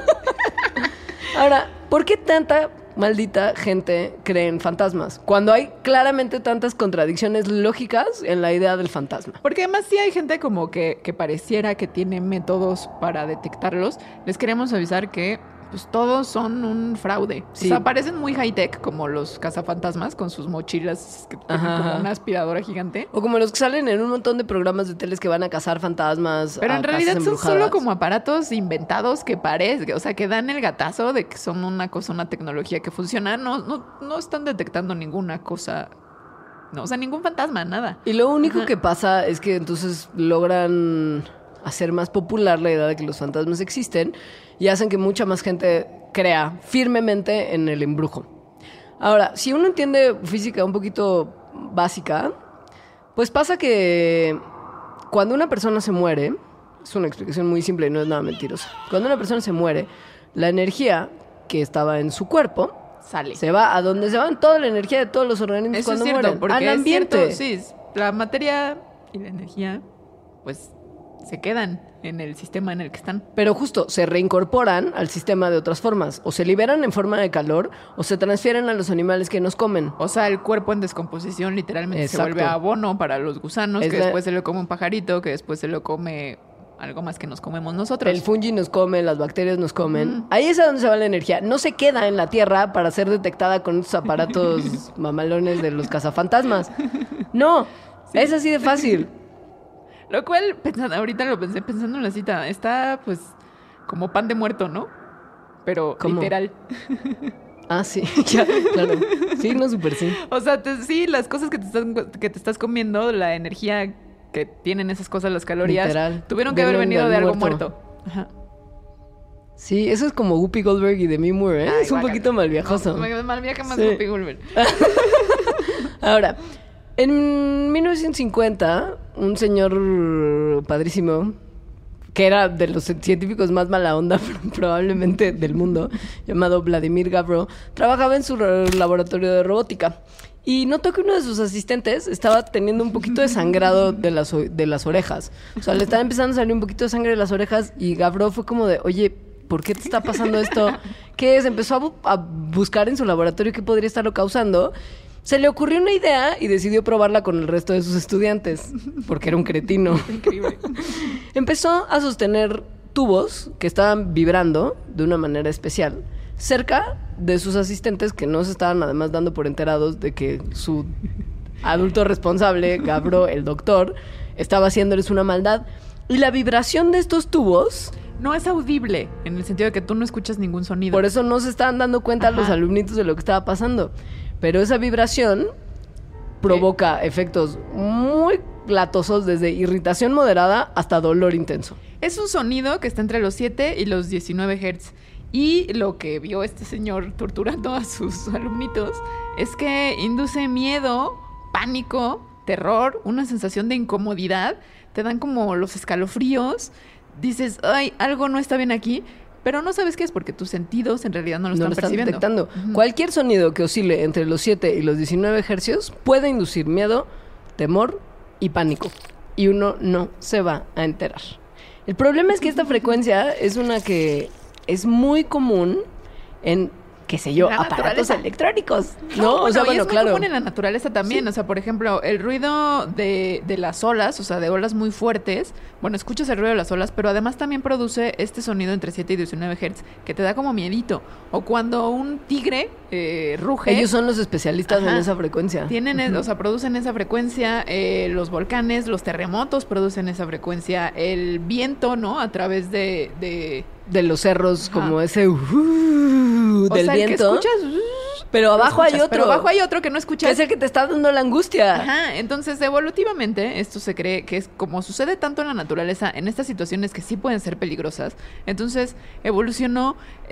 Ahora, ¿por qué tanta maldita gente cree en fantasmas? Cuando hay claramente tantas contradicciones lógicas en la idea del fantasma. Porque además sí hay gente como que pareciera que tiene métodos para detectarlos. Les queremos avisar que pues todos son un fraude. Sí. O sea, parecen muy high-tech como los cazafantasmas con sus mochilas que tienen Ajá, como ajá. una aspiradora gigante. O como los que salen en un montón de programas de teles que van a cazar fantasmas. Pero a en realidad casas son embrujadas. solo como aparatos inventados que parecen, o sea, que dan el gatazo de que son una cosa, una tecnología que funciona. No están detectando ninguna cosa. No, o sea, ningún fantasma, nada. Y lo único Ajá. que pasa es que entonces logran hacer más popular la idea de que los fantasmas existen y hacen que mucha más gente crea firmemente en el embrujo. Ahora, si uno entiende física un poquito básica, pues pasa que cuando una persona se muere, es una explicación muy simple y no es nada mentirosa. Cuando una persona se muere, la energía que estaba en su cuerpo Sale. se va a donde se van toda la energía de todos los organismos Eso es cuando cierto, mueren, porque al es ambiente. cierto, sí, la materia y la energía, pues, se quedan en el sistema en el que están. Pero justo, se reincorporan al sistema de otras formas. O se liberan en forma de calor, o se transfieren a los animales que nos comen. O sea, el cuerpo en descomposición literalmente Exacto. se vuelve abono para los gusanos, Es que la- después se lo come un pajarito, que después se lo come algo más que nos comemos nosotros. El fungi nos come, las bacterias nos comen. Ahí es a donde se va la energía. No se queda en la Tierra para ser detectada con estos aparatos mamalones de los cazafantasmas. No, es así de fácil. Lo cual, ahorita lo pensé pensando en la cita, está pues como pan de muerto, ¿no? Pero ¿Cómo? literal. Ah, sí, ya, claro. Sí, no, súper sí. O sea, sí, las cosas que te estás comiendo, la energía que tienen esas cosas, las calorías, Literal. tuvieron que haber Vienen venido del de algo muerto. muerto. Ajá. Sí, eso es como Whoopi Goldberg y Demi Moore, ¿eh? Ay, Es un guácala. poquito mal viajoso. No, mal viaja más Sí. Whoopi Goldberg. Ahora, en 1950, un señor padrísimo, que era de los científicos más mala onda probablemente del mundo, llamado Vladimir Gavro, trabajaba en su laboratorio de robótica. Y notó que uno de sus asistentes estaba teniendo un poquito de sangrado de las orejas. O sea, le estaba empezando a salir un poquito de sangre de las orejas y Gavro fue como de, oye, ¿por qué te está pasando esto? ¿Qué es? Empezó a buscar en su laboratorio qué podría estarlo causando. Se le ocurrió una idea y decidió probarla con el resto de sus estudiantes, porque era un cretino. Increíble. Empezó a sostener tubos que estaban vibrando de una manera especial cerca de sus asistentes que no se estaban además dando por enterados de que su adulto responsable, Gavro, el doctor, estaba haciéndoles una maldad. Y la vibración de estos tubos, No es audible, en el sentido de que tú no escuchas ningún sonido. por eso no se estaban dando cuenta Ajá. los alumnitos de lo que estaba pasando. Pero esa vibración provoca efectos muy latosos, desde irritación moderada hasta dolor intenso. Es un sonido que está entre los 7 y los 19 Hz. Y lo que vio este señor torturando a sus alumnitos es que induce miedo, pánico, terror, una sensación de incomodidad. Te dan como los escalofríos. Dices, ay, algo no está bien aquí. Pero no sabes qué es porque tus sentidos en realidad no lo están percibiendo. detectando. Cualquier sonido que oscile entre los 7 y los 19 hercios puede inducir miedo, temor y pánico. Y uno no se va a enterar. El problema es que esta frecuencia es una que es muy común en, qué sé yo, La aparatos naturaleza. electrónicos. No, ¿No? O sea, y bueno, es muy claro. común en la naturaleza también. Sí. O sea, por ejemplo, el ruido de las olas, o sea, de olas muy fuertes. Bueno, escuchas el ruido de las olas, pero además también produce este sonido entre 7 y 19 Hz que te da como miedito. O cuando un tigre ruge. Ellos son los especialistas en Ajá. esa frecuencia. Tienen, o sea, producen esa frecuencia, los volcanes, los terremotos producen esa frecuencia, el viento, ¿no? A través de De los cerros, Ajá. como ese o del sea, el que viento. escuchas, Pero lo abajo hay escuchas, otro. pero abajo hay otro que no Que escuchas. es el que te está dando la angustia. Ajá, entonces evolutivamente esto se cree que es como sucede tanto en la naturaleza, en estas situaciones que sí pueden ser peligrosas, entonces evolucionó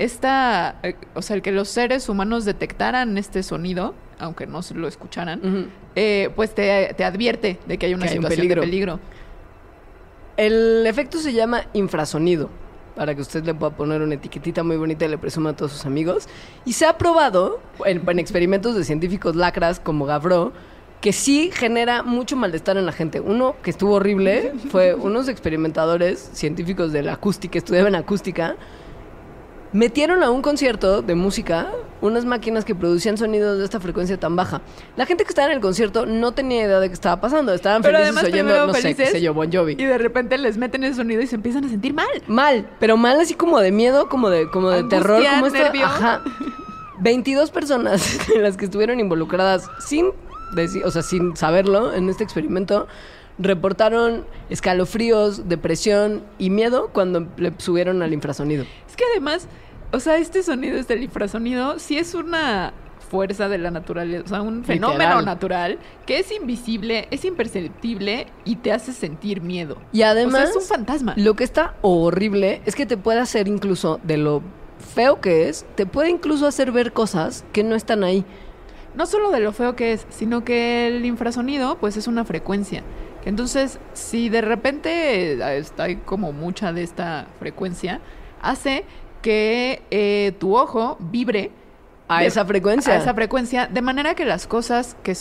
o sea, el que los seres humanos detectaran este sonido, aunque no lo escucharan, Ujú. pues te advierte de que hay una Que hay un situación de peligro. peligro. El efecto se llama infrasonido, para que usted le pueda poner una etiquetita muy bonita y le presuma a todos sus amigos. Y se ha probado en experimentos de científicos lacras como Gavreau que sí genera mucho malestar en la gente. Uno que estuvo horrible fue unos experimentadores científicos de la acústica, que estudiaban acústica, metieron a un concierto de música unas máquinas que producían sonidos de esta frecuencia tan baja. La gente que estaba en el concierto no tenía idea de qué estaba pasando. Estaban Pero felices además oyendo, primero no sé, felices, qué sé yo, Bon Jovi. Y de repente les meten el sonido y se empiezan a sentir mal. Mal, pero mal así como de miedo, como de Angustia, terror, como esto. nervio. Ajá. 22 personas en las que estuvieron involucradas sin saberlo en este experimento reportaron escalofríos, depresión y miedo cuando le subieron al infrasonido. Es que además, o sea, este sonido, el infrasonido, sí es una fuerza de la naturaleza, o sea, un fenómeno Literal. natural que es invisible, es imperceptible y te hace sentir miedo. Y además, o sea, es un fantasma. lo que está horrible es que te puede hacer incluso, de lo feo que es, te puede incluso hacer ver cosas que no están ahí. No solo de lo feo que es, sino que el infrasonido, pues es una frecuencia. Entonces, si de repente hay como mucha de esta frecuencia, hace que tu ojo vibre A esa frecuencia. A esa frecuencia, de manera que las cosas que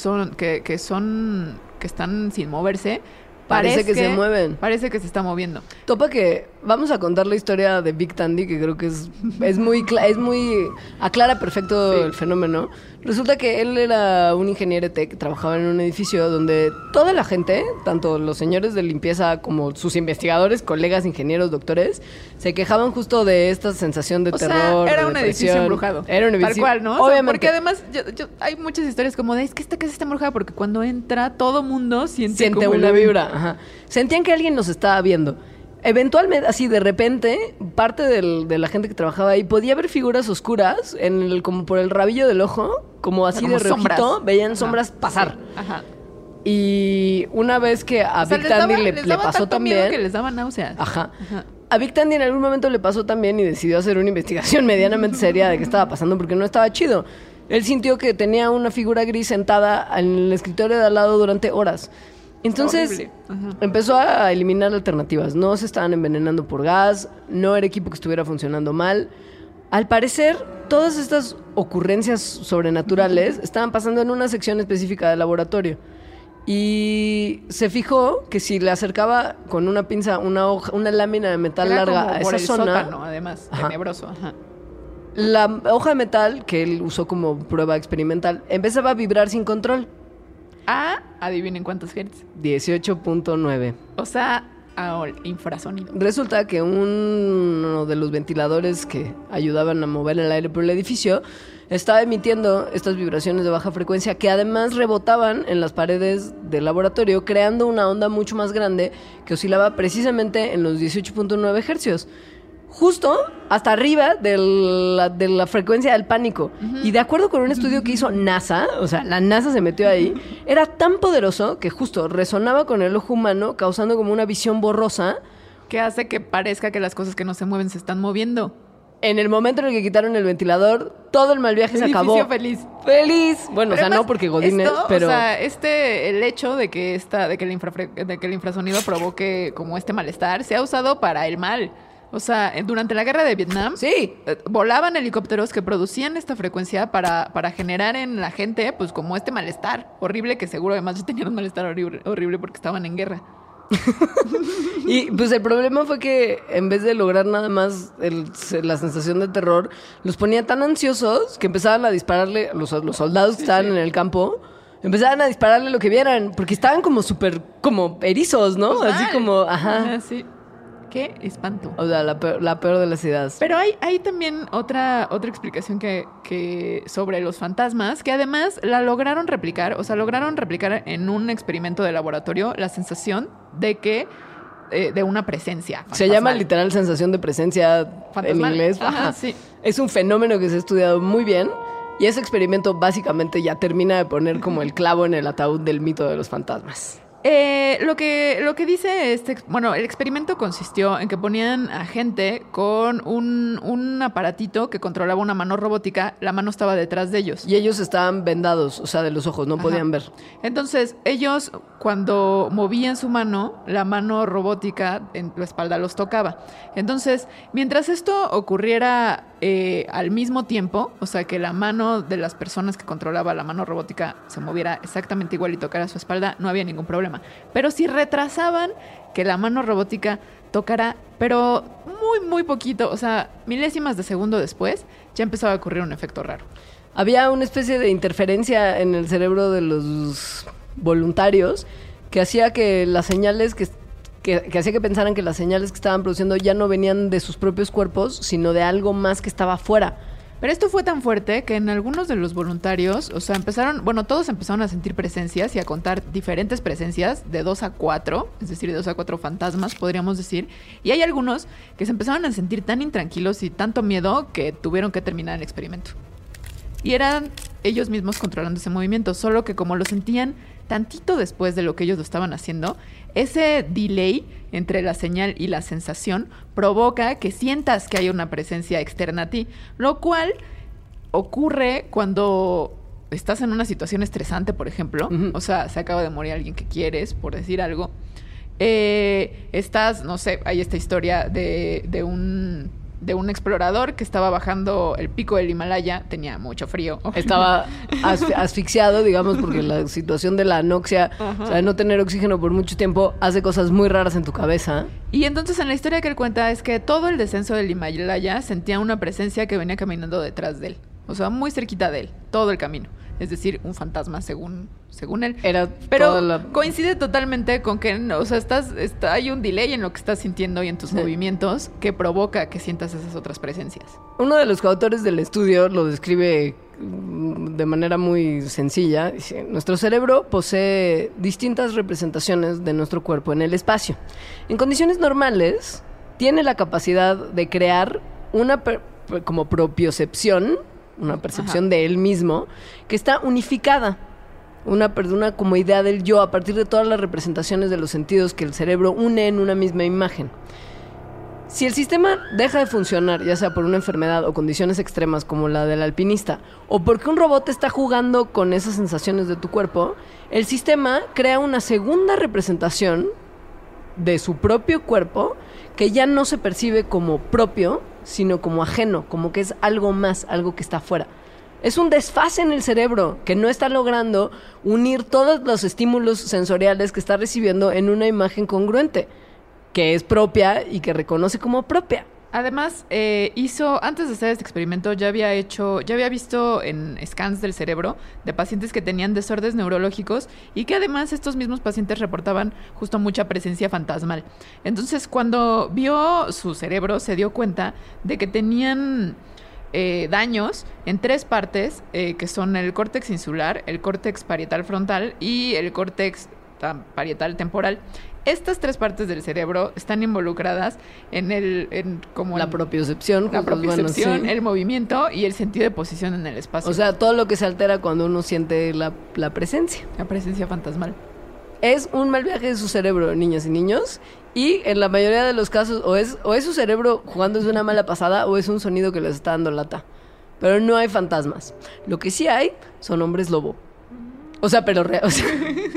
están sin moverse, Parece que se mueven. Parece que se está moviendo. Topa que vamos a contar la historia de Big Tandy, que creo que es muy aclara perfecto Sí. el fenómeno. Resulta que él era un ingeniero tech que trabajaba en un edificio donde toda la gente, tanto los señores de limpieza como sus investigadores, colegas, ingenieros, doctores, se quejaban justo de esta sensación de O terror. sea, era de un edificio depresión. embrujado. Era un edificio. Tal cual, ¿no? O sea, Obviamente. porque además hay muchas historias como de, es que esta casa está embrujada porque cuando entra todo mundo siente como una el- vibra. Ajá. Sentían que alguien los estaba viendo. Eventualmente, así de repente, parte de la gente que trabajaba ahí podía ver figuras oscuras como por el rabillo del ojo, como así como de reojito, sombras. veían Ajá. sombras pasar. Sí, ajá. Y una vez que a O sea, Big Tandy les le daba pasó tanto miedo también. que les daba náuseas. Ajá. Ajá. A Big Tandy en algún momento le pasó también y decidió hacer una investigación medianamente seria de qué estaba pasando porque no estaba chido. Él sintió que tenía una figura gris sentada en el escritorio de al lado durante horas. Entonces Horrible. Ajá. empezó a eliminar alternativas. No se estaban envenenando por gas, no era equipo que estuviera funcionando mal. Al parecer, todas estas ocurrencias sobrenaturales estaban pasando en una sección específica del laboratorio. Y se fijó que si le acercaba con una pinza una lámina de metal Era larga como a por esa el zona, sótano, además, Ajá. tenebroso. Ajá. la hoja de metal que él usó como prueba experimental empezaba a vibrar sin control. Adivinen cuántos hertz. 18.9. O sea, infrasonido. Resulta que uno de los ventiladores que ayudaban a mover el aire por el edificio estaba emitiendo estas vibraciones de baja frecuencia que además rebotaban en las paredes del laboratorio, creando una onda mucho más grande que oscilaba precisamente en los 18.9 hercios. Justo hasta arriba de la frecuencia del pánico. Y de acuerdo con un estudio que hizo NASA, o sea, la NASA se metió ahí, era tan poderoso que justo resonaba con el ojo humano, causando como una visión borrosa. Que hace que parezca que las cosas que no se mueven se están moviendo. En el momento en el que quitaron el ventilador, todo el mal viaje se acabó. Edificio feliz. ¡Feliz! Bueno, Pero o sea, además, no porque Godínez, esto, pero... O sea, el hecho de que el infrasonido provoque como este malestar se ha usado para el mal. O sea, durante la guerra de Vietnam, Sí. volaban helicópteros que producían esta frecuencia para generar en la gente, pues, como este malestar horrible, que seguro además ya tenían un malestar horrible porque estaban en guerra. Y pues el problema fue que en vez de lograr nada más la sensación de terror, los ponía tan ansiosos que empezaban a dispararle, los soldados que estaban en el campo, empezaban a dispararle lo que vieran, porque estaban como súper, como erizos, ¿no? Pues, Así mal. como, ajá. Sí. Qué espanto. O sea, la peor de las ideas. Pero hay también otra explicación que sobre los fantasmas, que además la lograron replicar, o sea, lograron replicar en un experimento de laboratorio la sensación de que de una presencia Se fantasmal. llama literal sensación de presencia Fantasmal. en inglés. Ajá, sí. Es un fenómeno que se ha estudiado muy bien y ese experimento básicamente ya termina de poner como el clavo en el ataúd del mito de los fantasmas. Lo que dice bueno, el experimento consistió en que ponían a gente con un aparatito que controlaba una mano robótica. La mano estaba detrás de ellos. Y ellos estaban vendados, o sea, de los ojos, no podían ver. Entonces, ellos, cuando movían su mano, la mano robótica en la espalda los tocaba. Entonces, mientras esto ocurriera al mismo tiempo, o sea, que la mano de las personas que controlaba la mano robótica se moviera exactamente igual y tocara su espalda, no había ningún problema. Pero si retrasaban que la mano robótica tocara, pero muy, muy poquito, o sea, milésimas de segundo después, ya empezaba a ocurrir un efecto raro. Había una especie de interferencia en el cerebro de los voluntarios que hacía que las señales que hacía que pensaran que las señales que estaban produciendo ya no venían de sus propios cuerpos, sino de algo más que estaba afuera. Pero esto fue tan fuerte que en algunos de los voluntarios, o sea, todos empezaron a sentir presencias y a contar diferentes presencias de 2 a 4, es decir, de 2 a 4 fantasmas, podríamos decir. Y hay algunos que se empezaron a sentir tan intranquilos y tanto miedo que tuvieron que terminar el experimento. Y eran ellos mismos controlando ese movimiento, solo que como lo sentían tantito después de lo que ellos lo estaban haciendo, ese delay entre la señal y la sensación provoca que sientas que hay una presencia externa a ti, lo cual ocurre cuando estás en una situación estresante, por ejemplo. Uh-huh. O sea, se acaba de morir alguien que quieres, por decir algo. Estás, no sé, hay esta historia de un explorador que estaba bajando el pico del Himalaya, tenía mucho frío. Estaba asfixiado, digamos, porque la situación de la anoxia, o sea, de no tener oxígeno por mucho tiempo, hace cosas muy raras en tu cabeza. Y entonces en la historia que él cuenta es que todo el descenso del Himalaya sentía una presencia que venía caminando detrás de él. O sea, muy cerquita de él, todo el camino. Es decir, un fantasma según él. Pero coincide totalmente con que, o sea, hay un delay en lo que estás sintiendo y en tus movimientos que provoca que sientas esas otras presencias. Uno de los coautores del estudio lo describe de manera muy sencilla. Dice: nuestro cerebro posee distintas representaciones de nuestro cuerpo en el espacio. En condiciones normales, tiene la capacidad de crear una como propiocepción, una percepción de él mismo, que está unificada. Una como idea del yo a partir de todas las representaciones de los sentidos que el cerebro une en una misma imagen. Si el sistema deja de funcionar, ya sea por una enfermedad o condiciones extremas como la del alpinista, o porque un robot está jugando con esas sensaciones de tu cuerpo, el sistema crea una segunda representación de su propio cuerpo que ya no se percibe como propio, sino como ajeno, como que es algo más, algo que está afuera. Es un desfase en el cerebro que no está logrando unir todos los estímulos sensoriales que está recibiendo en una imagen congruente, que es propia y que reconoce como propia. Además, antes de hacer este experimento, ya había visto en scans del cerebro de pacientes que tenían desórdenes neurológicos y que además estos mismos pacientes reportaban justo mucha presencia fantasmal. Entonces, cuando vio su cerebro, se dio cuenta de que tenían daños en 3 partes, que son el córtex insular, el córtex parietal frontal y el córtex parietal temporal. Estas 3 partes del cerebro están involucradas en la propiocepción, sí, el movimiento y el sentido de posición en el espacio. O sea, todo lo que se altera cuando uno siente la presencia. La presencia fantasmal. Es un mal viaje de su cerebro, niñas y niños, y en la mayoría de los casos o es su cerebro jugando de una mala pasada o es un sonido que les está dando lata. Pero no hay fantasmas. Lo que sí hay son hombres lobo. O sea, pero o sea,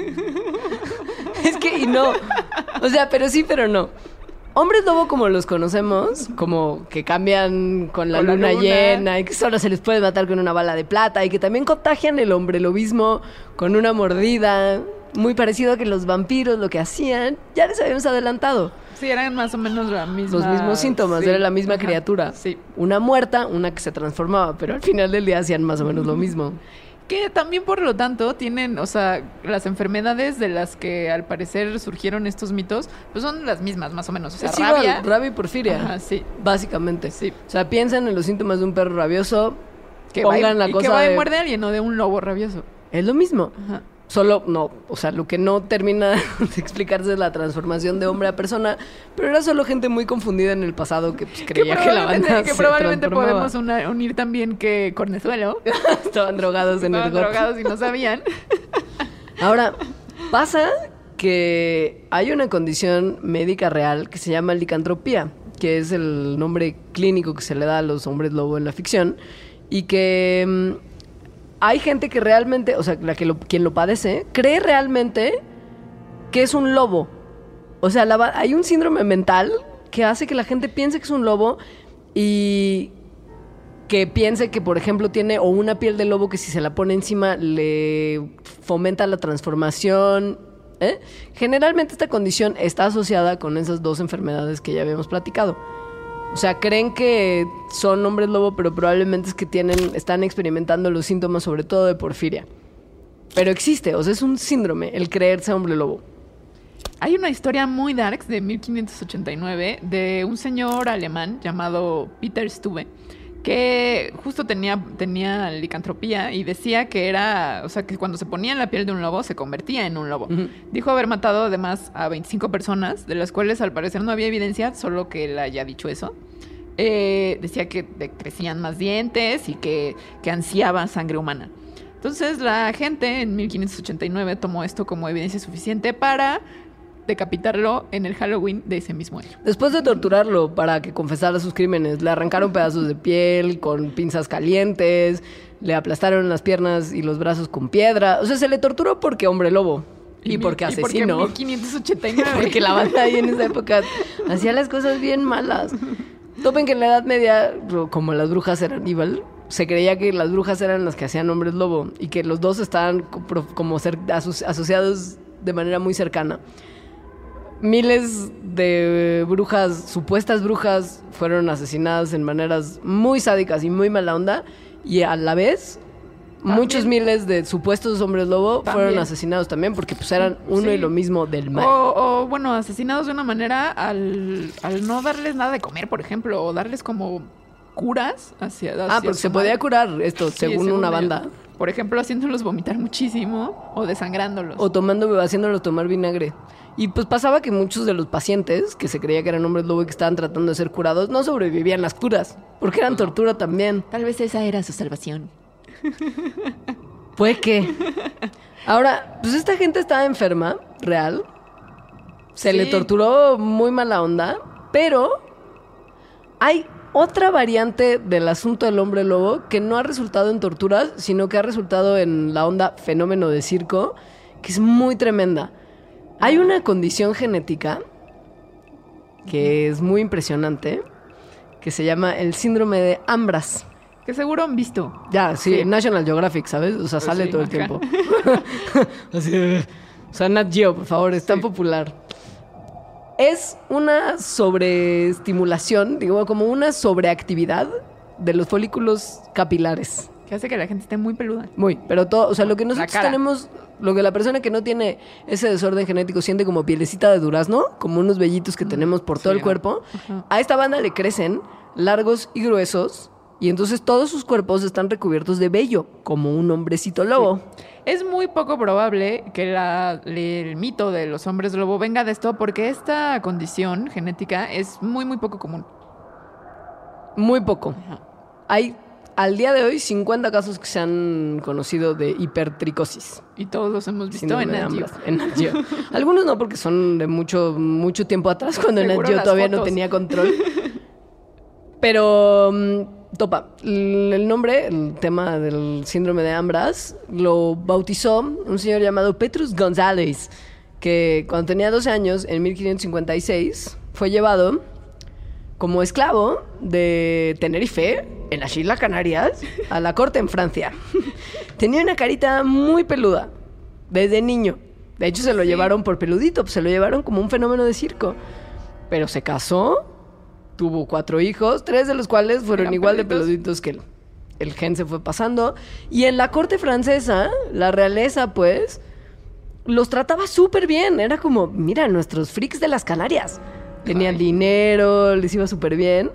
es que y no. O sea, pero sí, pero no. Hombres lobo como los conocemos, como que cambian con la luna llena y que solo se les puede matar con una bala de plata y que también contagian el hombre lobismo con una mordida, muy parecido a que los vampiros lo que hacían, ya les habíamos adelantado. Sí, eran más o menos los mismos síntomas, sí, era la misma criatura. Sí. Una muerta, una que se transformaba, pero al final del día hacían más o menos lo mismo. Que también, por lo tanto, tienen, o sea, las enfermedades de las que al parecer surgieron estos mitos, pues son las mismas, más o menos. O sea, es igual, rabia y porfiria. Ajá, sí. Básicamente. Sí. O sea, piensan en los síntomas de un perro rabioso, que pongan la cosa que va y muerde a alguien, o de un lobo rabioso. Es lo mismo. Ajá. Solo, no, o sea, lo que no termina de explicarse es la transformación de hombre a persona, pero era solo gente muy confundida en el pasado que pues, creía que la banda que probablemente podemos unir también que Cornezuelo. Estaban drogados en el drogados y no sabían. Ahora, pasa que hay una condición médica real que se llama licantropía, que es el nombre clínico que se le da a los hombres lobo en la ficción, y que hay gente que realmente, o sea, quien lo padece, cree realmente que es un lobo. O sea, hay un síndrome mental que hace que la gente piense que es un lobo y que piense que, por ejemplo, tiene o una piel de lobo que si se la pone encima le fomenta la transformación. Generalmente esta condición está asociada con esas dos enfermedades que ya habíamos platicado. O sea, creen que son hombres lobo, pero probablemente es que están experimentando los síntomas, sobre todo de porfiria. Pero existe, o sea, es un síndrome el creerse hombre lobo. Hay una historia muy darks de 1589 de un señor alemán llamado Peter Stube, que justo tenía licantropía y decía que era, o sea, que cuando se ponía en la piel de un lobo se convertía en un lobo. Uh-huh. Dijo haber matado además a 25 personas, de las cuales al parecer no había evidencia, solo que él haya dicho eso. Decía que crecían más dientes y que ansiaban sangre humana. Entonces la gente en 1589 tomó esto como evidencia suficiente para decapitarlo en el Halloween de ese mismo año. Después de torturarlo para que confesara sus crímenes, le arrancaron pedazos de piel con pinzas calientes, le aplastaron las piernas y los brazos con piedra. O sea, se le torturó porque hombre lobo y porque asesino. Porque 1589. Porque la banda ahí en esa época hacía las cosas bien malas. Topen que en la Edad Media, como las brujas eran evil, se creía que las brujas eran las que hacían hombres lobo y que los dos estaban como asociados de manera muy cercana. Miles de brujas, supuestas brujas, fueron asesinadas en maneras muy sádicas y muy mala onda. Y a la vez, muchos miles de supuestos hombres lobo fueron asesinados también porque pues eran uno y lo mismo del mal. O bueno, asesinados de una manera al no darles nada de comer, por ejemplo, o darles como curas hacia porque se podía curar esto, según una banda. Por ejemplo, haciéndolos vomitar muchísimo o desangrándolos. O haciéndolos tomar vinagre. Y pues pasaba que muchos de los pacientes, que se creía que eran hombres lobo y que estaban tratando de ser curados, no sobrevivían las curas, porque eran tortura también. Tal vez esa era su salvación. Puede que. Ahora, pues esta gente estaba enferma, real. Se le torturó muy mala onda, pero hay otra variante del asunto del hombre lobo que no ha resultado en torturas, sino que ha resultado en la onda fenómeno de circo, que es muy tremenda. Hay una condición genética que es muy impresionante, que se llama el síndrome de Ambras. Que seguro han visto. Ya, sí, National Geographic, ¿sabes? O sea, sale todo el tiempo. Así, o sea, Nat Geo, por favor, es tan popular. Es una sobreestimulación, digo, como una sobreactividad de los folículos capilares. Que hace que la gente esté muy peluda. Muy, pero todo, o sea, lo que nosotros tenemos, lo que la persona que no tiene ese desorden genético siente como pielecita de durazno, como unos vellitos que tenemos por todo el cuerpo, a esta banda le crecen largos y gruesos, y entonces todos sus cuerpos están recubiertos de vello, como un hombrecito lobo. Sí. Es muy poco probable que el mito de los hombres lobo venga de esto, porque esta condición genética es muy, muy poco común. Muy poco. Ajá. Hay, al día de hoy, 50 casos que se han conocido de hipertricosis. Y todos los hemos visto en Nat Geo. Algunos no, porque son de mucho tiempo atrás, cuando Nat Geo todavía no tenía control. Pero, topa, el nombre, el tema del síndrome de Ambras, lo bautizó un señor llamado Petrus González, que cuando tenía 12 años, en 1556, fue llevado como esclavo de Tenerife, en las Islas Canarias, a la corte en Francia. Tenía una carita muy peluda, desde niño. De hecho, se lo llevaron por peludito, se lo llevaron como un fenómeno de circo. Pero se casó, tuvo 4 hijos, 3 de los cuales fueron igual de peluditos que él. El gen se fue pasando. Y en la corte francesa, la realeza, pues, los trataba súper bien. Era como, mira, nuestros freaks de las Canarias. Tenían dinero, les iba súper bien.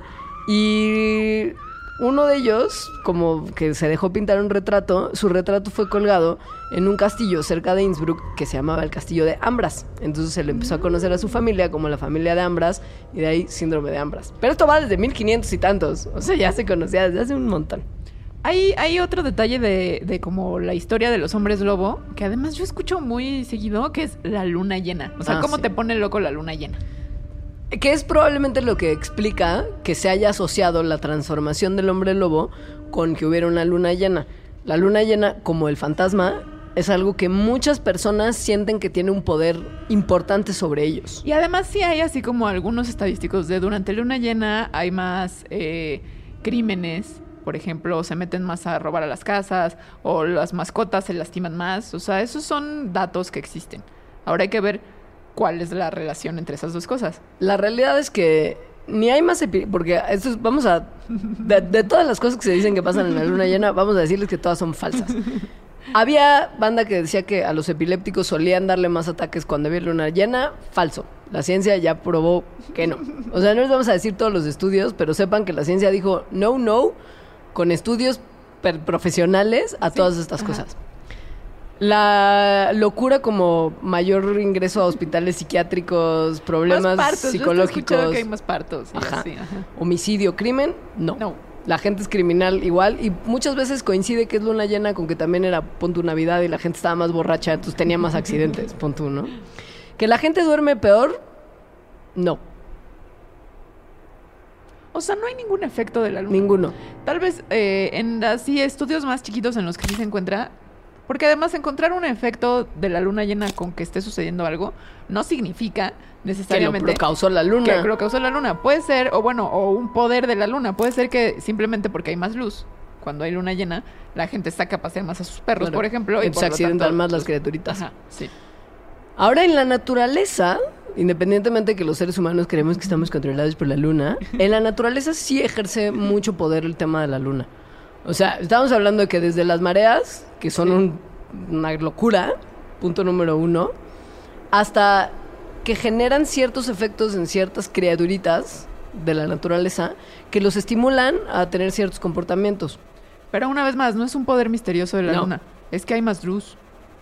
Y uno de ellos, como que se dejó pintar un retrato, su retrato fue colgado en un castillo cerca de Innsbruck que se llamaba el castillo de Ambras. Entonces se le empezó a conocer a su familia como la familia de Ambras, y de ahí síndrome de Ambras. Pero esto va desde 1500 y tantos, o sea, ya se conocía desde hace un montón. Hay otro detalle de como la historia de los hombres lobo, que además yo escucho muy seguido, que es la luna llena. O sea, ¿cómo sí. te pone loco la luna llena? Que es probablemente lo que explica que se haya asociado la transformación del hombre lobo con que hubiera una luna llena. La luna llena, como el fantasma, es algo que muchas personas sienten que tiene un poder importante sobre ellos. Y además sí hay así como algunos estadísticos de durante luna llena hay más crímenes. Por ejemplo, se meten más a robar a las casas o las mascotas se lastiman más. O sea, esos son datos que existen. Ahora hay que ver cuál es la relación entre esas dos cosas. La realidad es que ni hay más... porque esto es, vamos a... De todas las cosas que se dicen que pasan en la luna llena, vamos a decirles que todas son falsas. Había banda que decía que a los epilépticos solían darle más ataques cuando había luna llena. Falso. La ciencia ya probó que no. O sea, no les vamos a decir todos los estudios, pero sepan que la ciencia dijo no, con estudios profesionales a todas estas cosas. La locura como mayor ingreso a hospitales psiquiátricos, problemas Más partos. psicológicos, Yo he escuchado que hay más partos. Y Ajá. así, ajá. homicidio, crimen, no. No. La gente es criminal igual y muchas veces coincide que es luna llena con que también era punto Navidad y la gente estaba más borracha, entonces tenía más accidentes, punto, ¿no? Que la gente duerme peor, no, O sea, no hay ningún efecto de la luna. ninguno. Tal vez en así estudios más chiquitos en los que sí se encuentra, porque además encontrar un efecto de la luna llena con que esté sucediendo algo no significa Que lo necesariamente causó la luna. que lo causó la luna. Puede ser, o un poder de la luna. Puede ser que simplemente porque hay más luz, cuando hay luna llena, la gente saca a pasear más a sus perros, Claro. por ejemplo. Y Entonces por lo accidentan tanto, más las pues, criaturitas. Ajá, sí. Ahora en la naturaleza, independientemente de que los seres humanos creemos que estamos controlados por la luna, en la naturaleza sí ejerce mucho poder el tema de la luna. O sea, estamos hablando de que desde las mareas, que son una locura, punto número 1, hasta que generan ciertos efectos en ciertas criaturitas de la naturaleza que los estimulan a tener ciertos comportamientos. Pero una vez más, no es un poder misterioso de la No. luna. Es que hay más luz.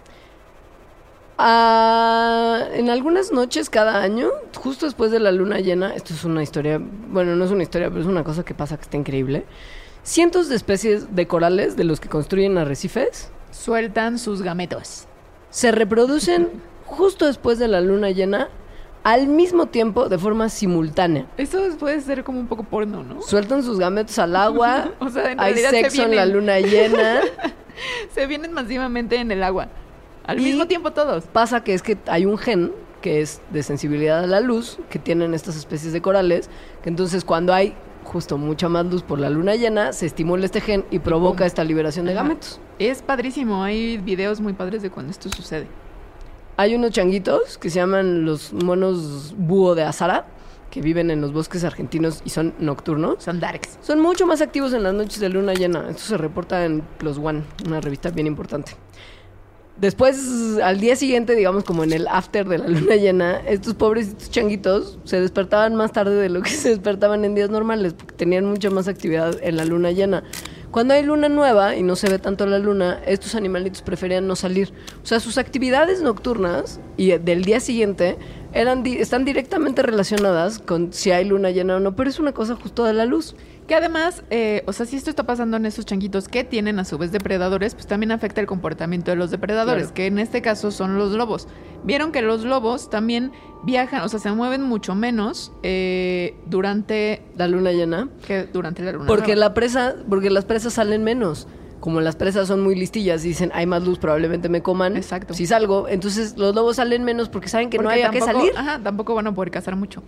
En algunas noches cada año, justo después de la luna llena, esto es una historia, bueno, no es una historia, pero es una cosa que pasa que está increíble. Cientos de especies de corales de los que construyen arrecifes Sueltan sus gametos. se reproducen justo después de la luna llena al mismo tiempo de forma simultánea. Eso puede ser como un poco porno, ¿no? Sueltan sus gametos al agua, O sea, en hay realidad sexo en la luna llena. se vienen masivamente en el agua. Al Y- mismo tiempo todos. Pasa que es que hay un gen que es de sensibilidad a la luz que tienen estas especies de corales, que entonces cuando hay justo mucha más luz por la luna llena, se estimula este gen y provoca pum. esta liberación de Ajá. gametos. Es padrísimo. Hay videos muy padres de cuando esto sucede. Hay unos changuitos que se llaman los monos búho de Azara, que viven en los bosques argentinos y son nocturnos. Son darks. Son mucho más activos en las noches de luna llena. Esto se reporta en Plus One, una revista bien importante. Después, al día siguiente, digamos como en el after de la luna llena, estos pobrecitos changuitos se despertaban más tarde de lo que se despertaban en días normales, porque tenían mucha más actividad en la luna llena. Cuando hay luna nueva y no se ve tanto la luna, estos animalitos preferían no salir. O sea, sus actividades nocturnas y del día siguiente están directamente relacionadas con si hay luna llena o no, pero es una cosa justo de la luz. Que además, o sea, si esto está pasando en esos changuitos que tienen a su vez depredadores, pues también afecta el comportamiento de los depredadores, Claro. que en este caso son los lobos. Vieron que los lobos también viajan, o sea, se mueven mucho menos durante La luna llena. que durante la luna. Porque nueva. porque las presas salen menos. Como las presas son muy listillas y dicen, hay más luz, probablemente me coman. Exacto. Si salgo, entonces los lobos salen menos porque saben que no Porque hay a qué tampoco- salir. Ajá, tampoco van a poder cazar mucho.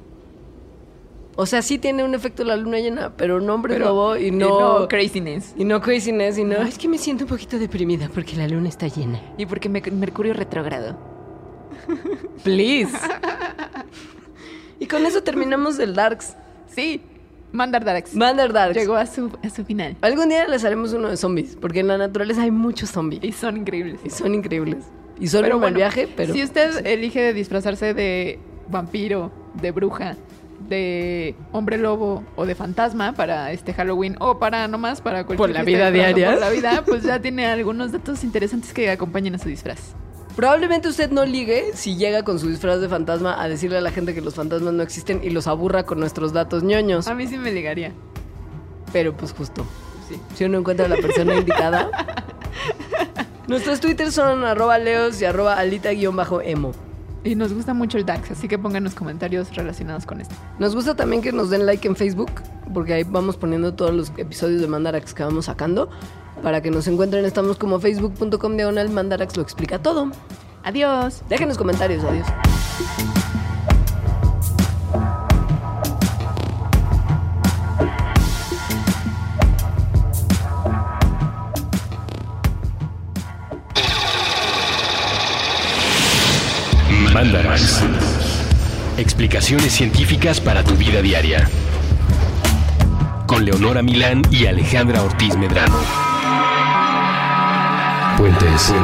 O sea, sí tiene un efecto la luna llena, pero no hombre Pero- lobo y y no craziness. y no craziness y no. Es que me siento un poquito deprimida porque la luna está llena. Y porque Mercurio retrógrado. Please. Y con eso terminamos el Darks. Sí, Mandar Darks. Mandar Darks. Llegó a su final. Algún día les haremos uno de zombies, porque en la naturaleza hay muchos zombies. Y son increíbles. Y son increíbles. Y son Pero un mal bueno, viaje, pero... Si usted elige disfrazarse de vampiro, de bruja, de hombre lobo o de fantasma para este Halloween o para nomás para cualquier Por la fiesta vida de disfraz o diaria. por la vida, pues ya tiene algunos datos interesantes que acompañen a su disfraz. Probablemente usted no ligue si llega con su disfraz de fantasma a decirle a la gente que los fantasmas no existen y los aburra con nuestros datos ñoños. A mí sí me ligaría. Pero pues justo, Sí, si uno encuentra a la persona indicada. Nuestros twitters son @leos y @alita_emo. Y nos gusta mucho el DAX, así que pónganos comentarios relacionados con esto. Nos gusta también que nos den like en Facebook, porque ahí vamos poniendo todos los episodios de Mandarax que vamos sacando. Para que nos encuentren, estamos como facebook.com/Mandarax lo explica todo. Adiós. Déjenos comentarios, adiós. Mandarax. Explicaciones científicas para tu vida diaria. Con Leonora Milán y Alejandra Ortiz Medrano. Puentes.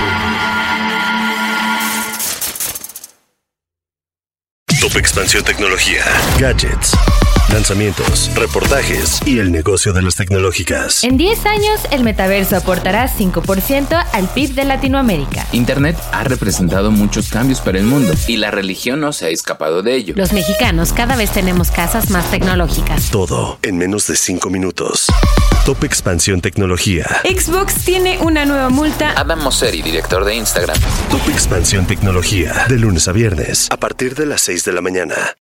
Top Expansión Tecnología. Gadgets, lanzamientos, reportajes y el negocio de las tecnológicas. En 10 años, el metaverso aportará 5% al PIB de Latinoamérica. Internet ha representado muchos cambios para el mundo y la religión no se ha escapado de ello. Los mexicanos cada vez tenemos casas más tecnológicas. Todo en menos de 5 minutos. Top Expansión Tecnología. Xbox tiene una nueva multa. Adam Mosseri, director de Instagram. Top Expansión Tecnología. De lunes a viernes, a partir de las 6 de la mañana.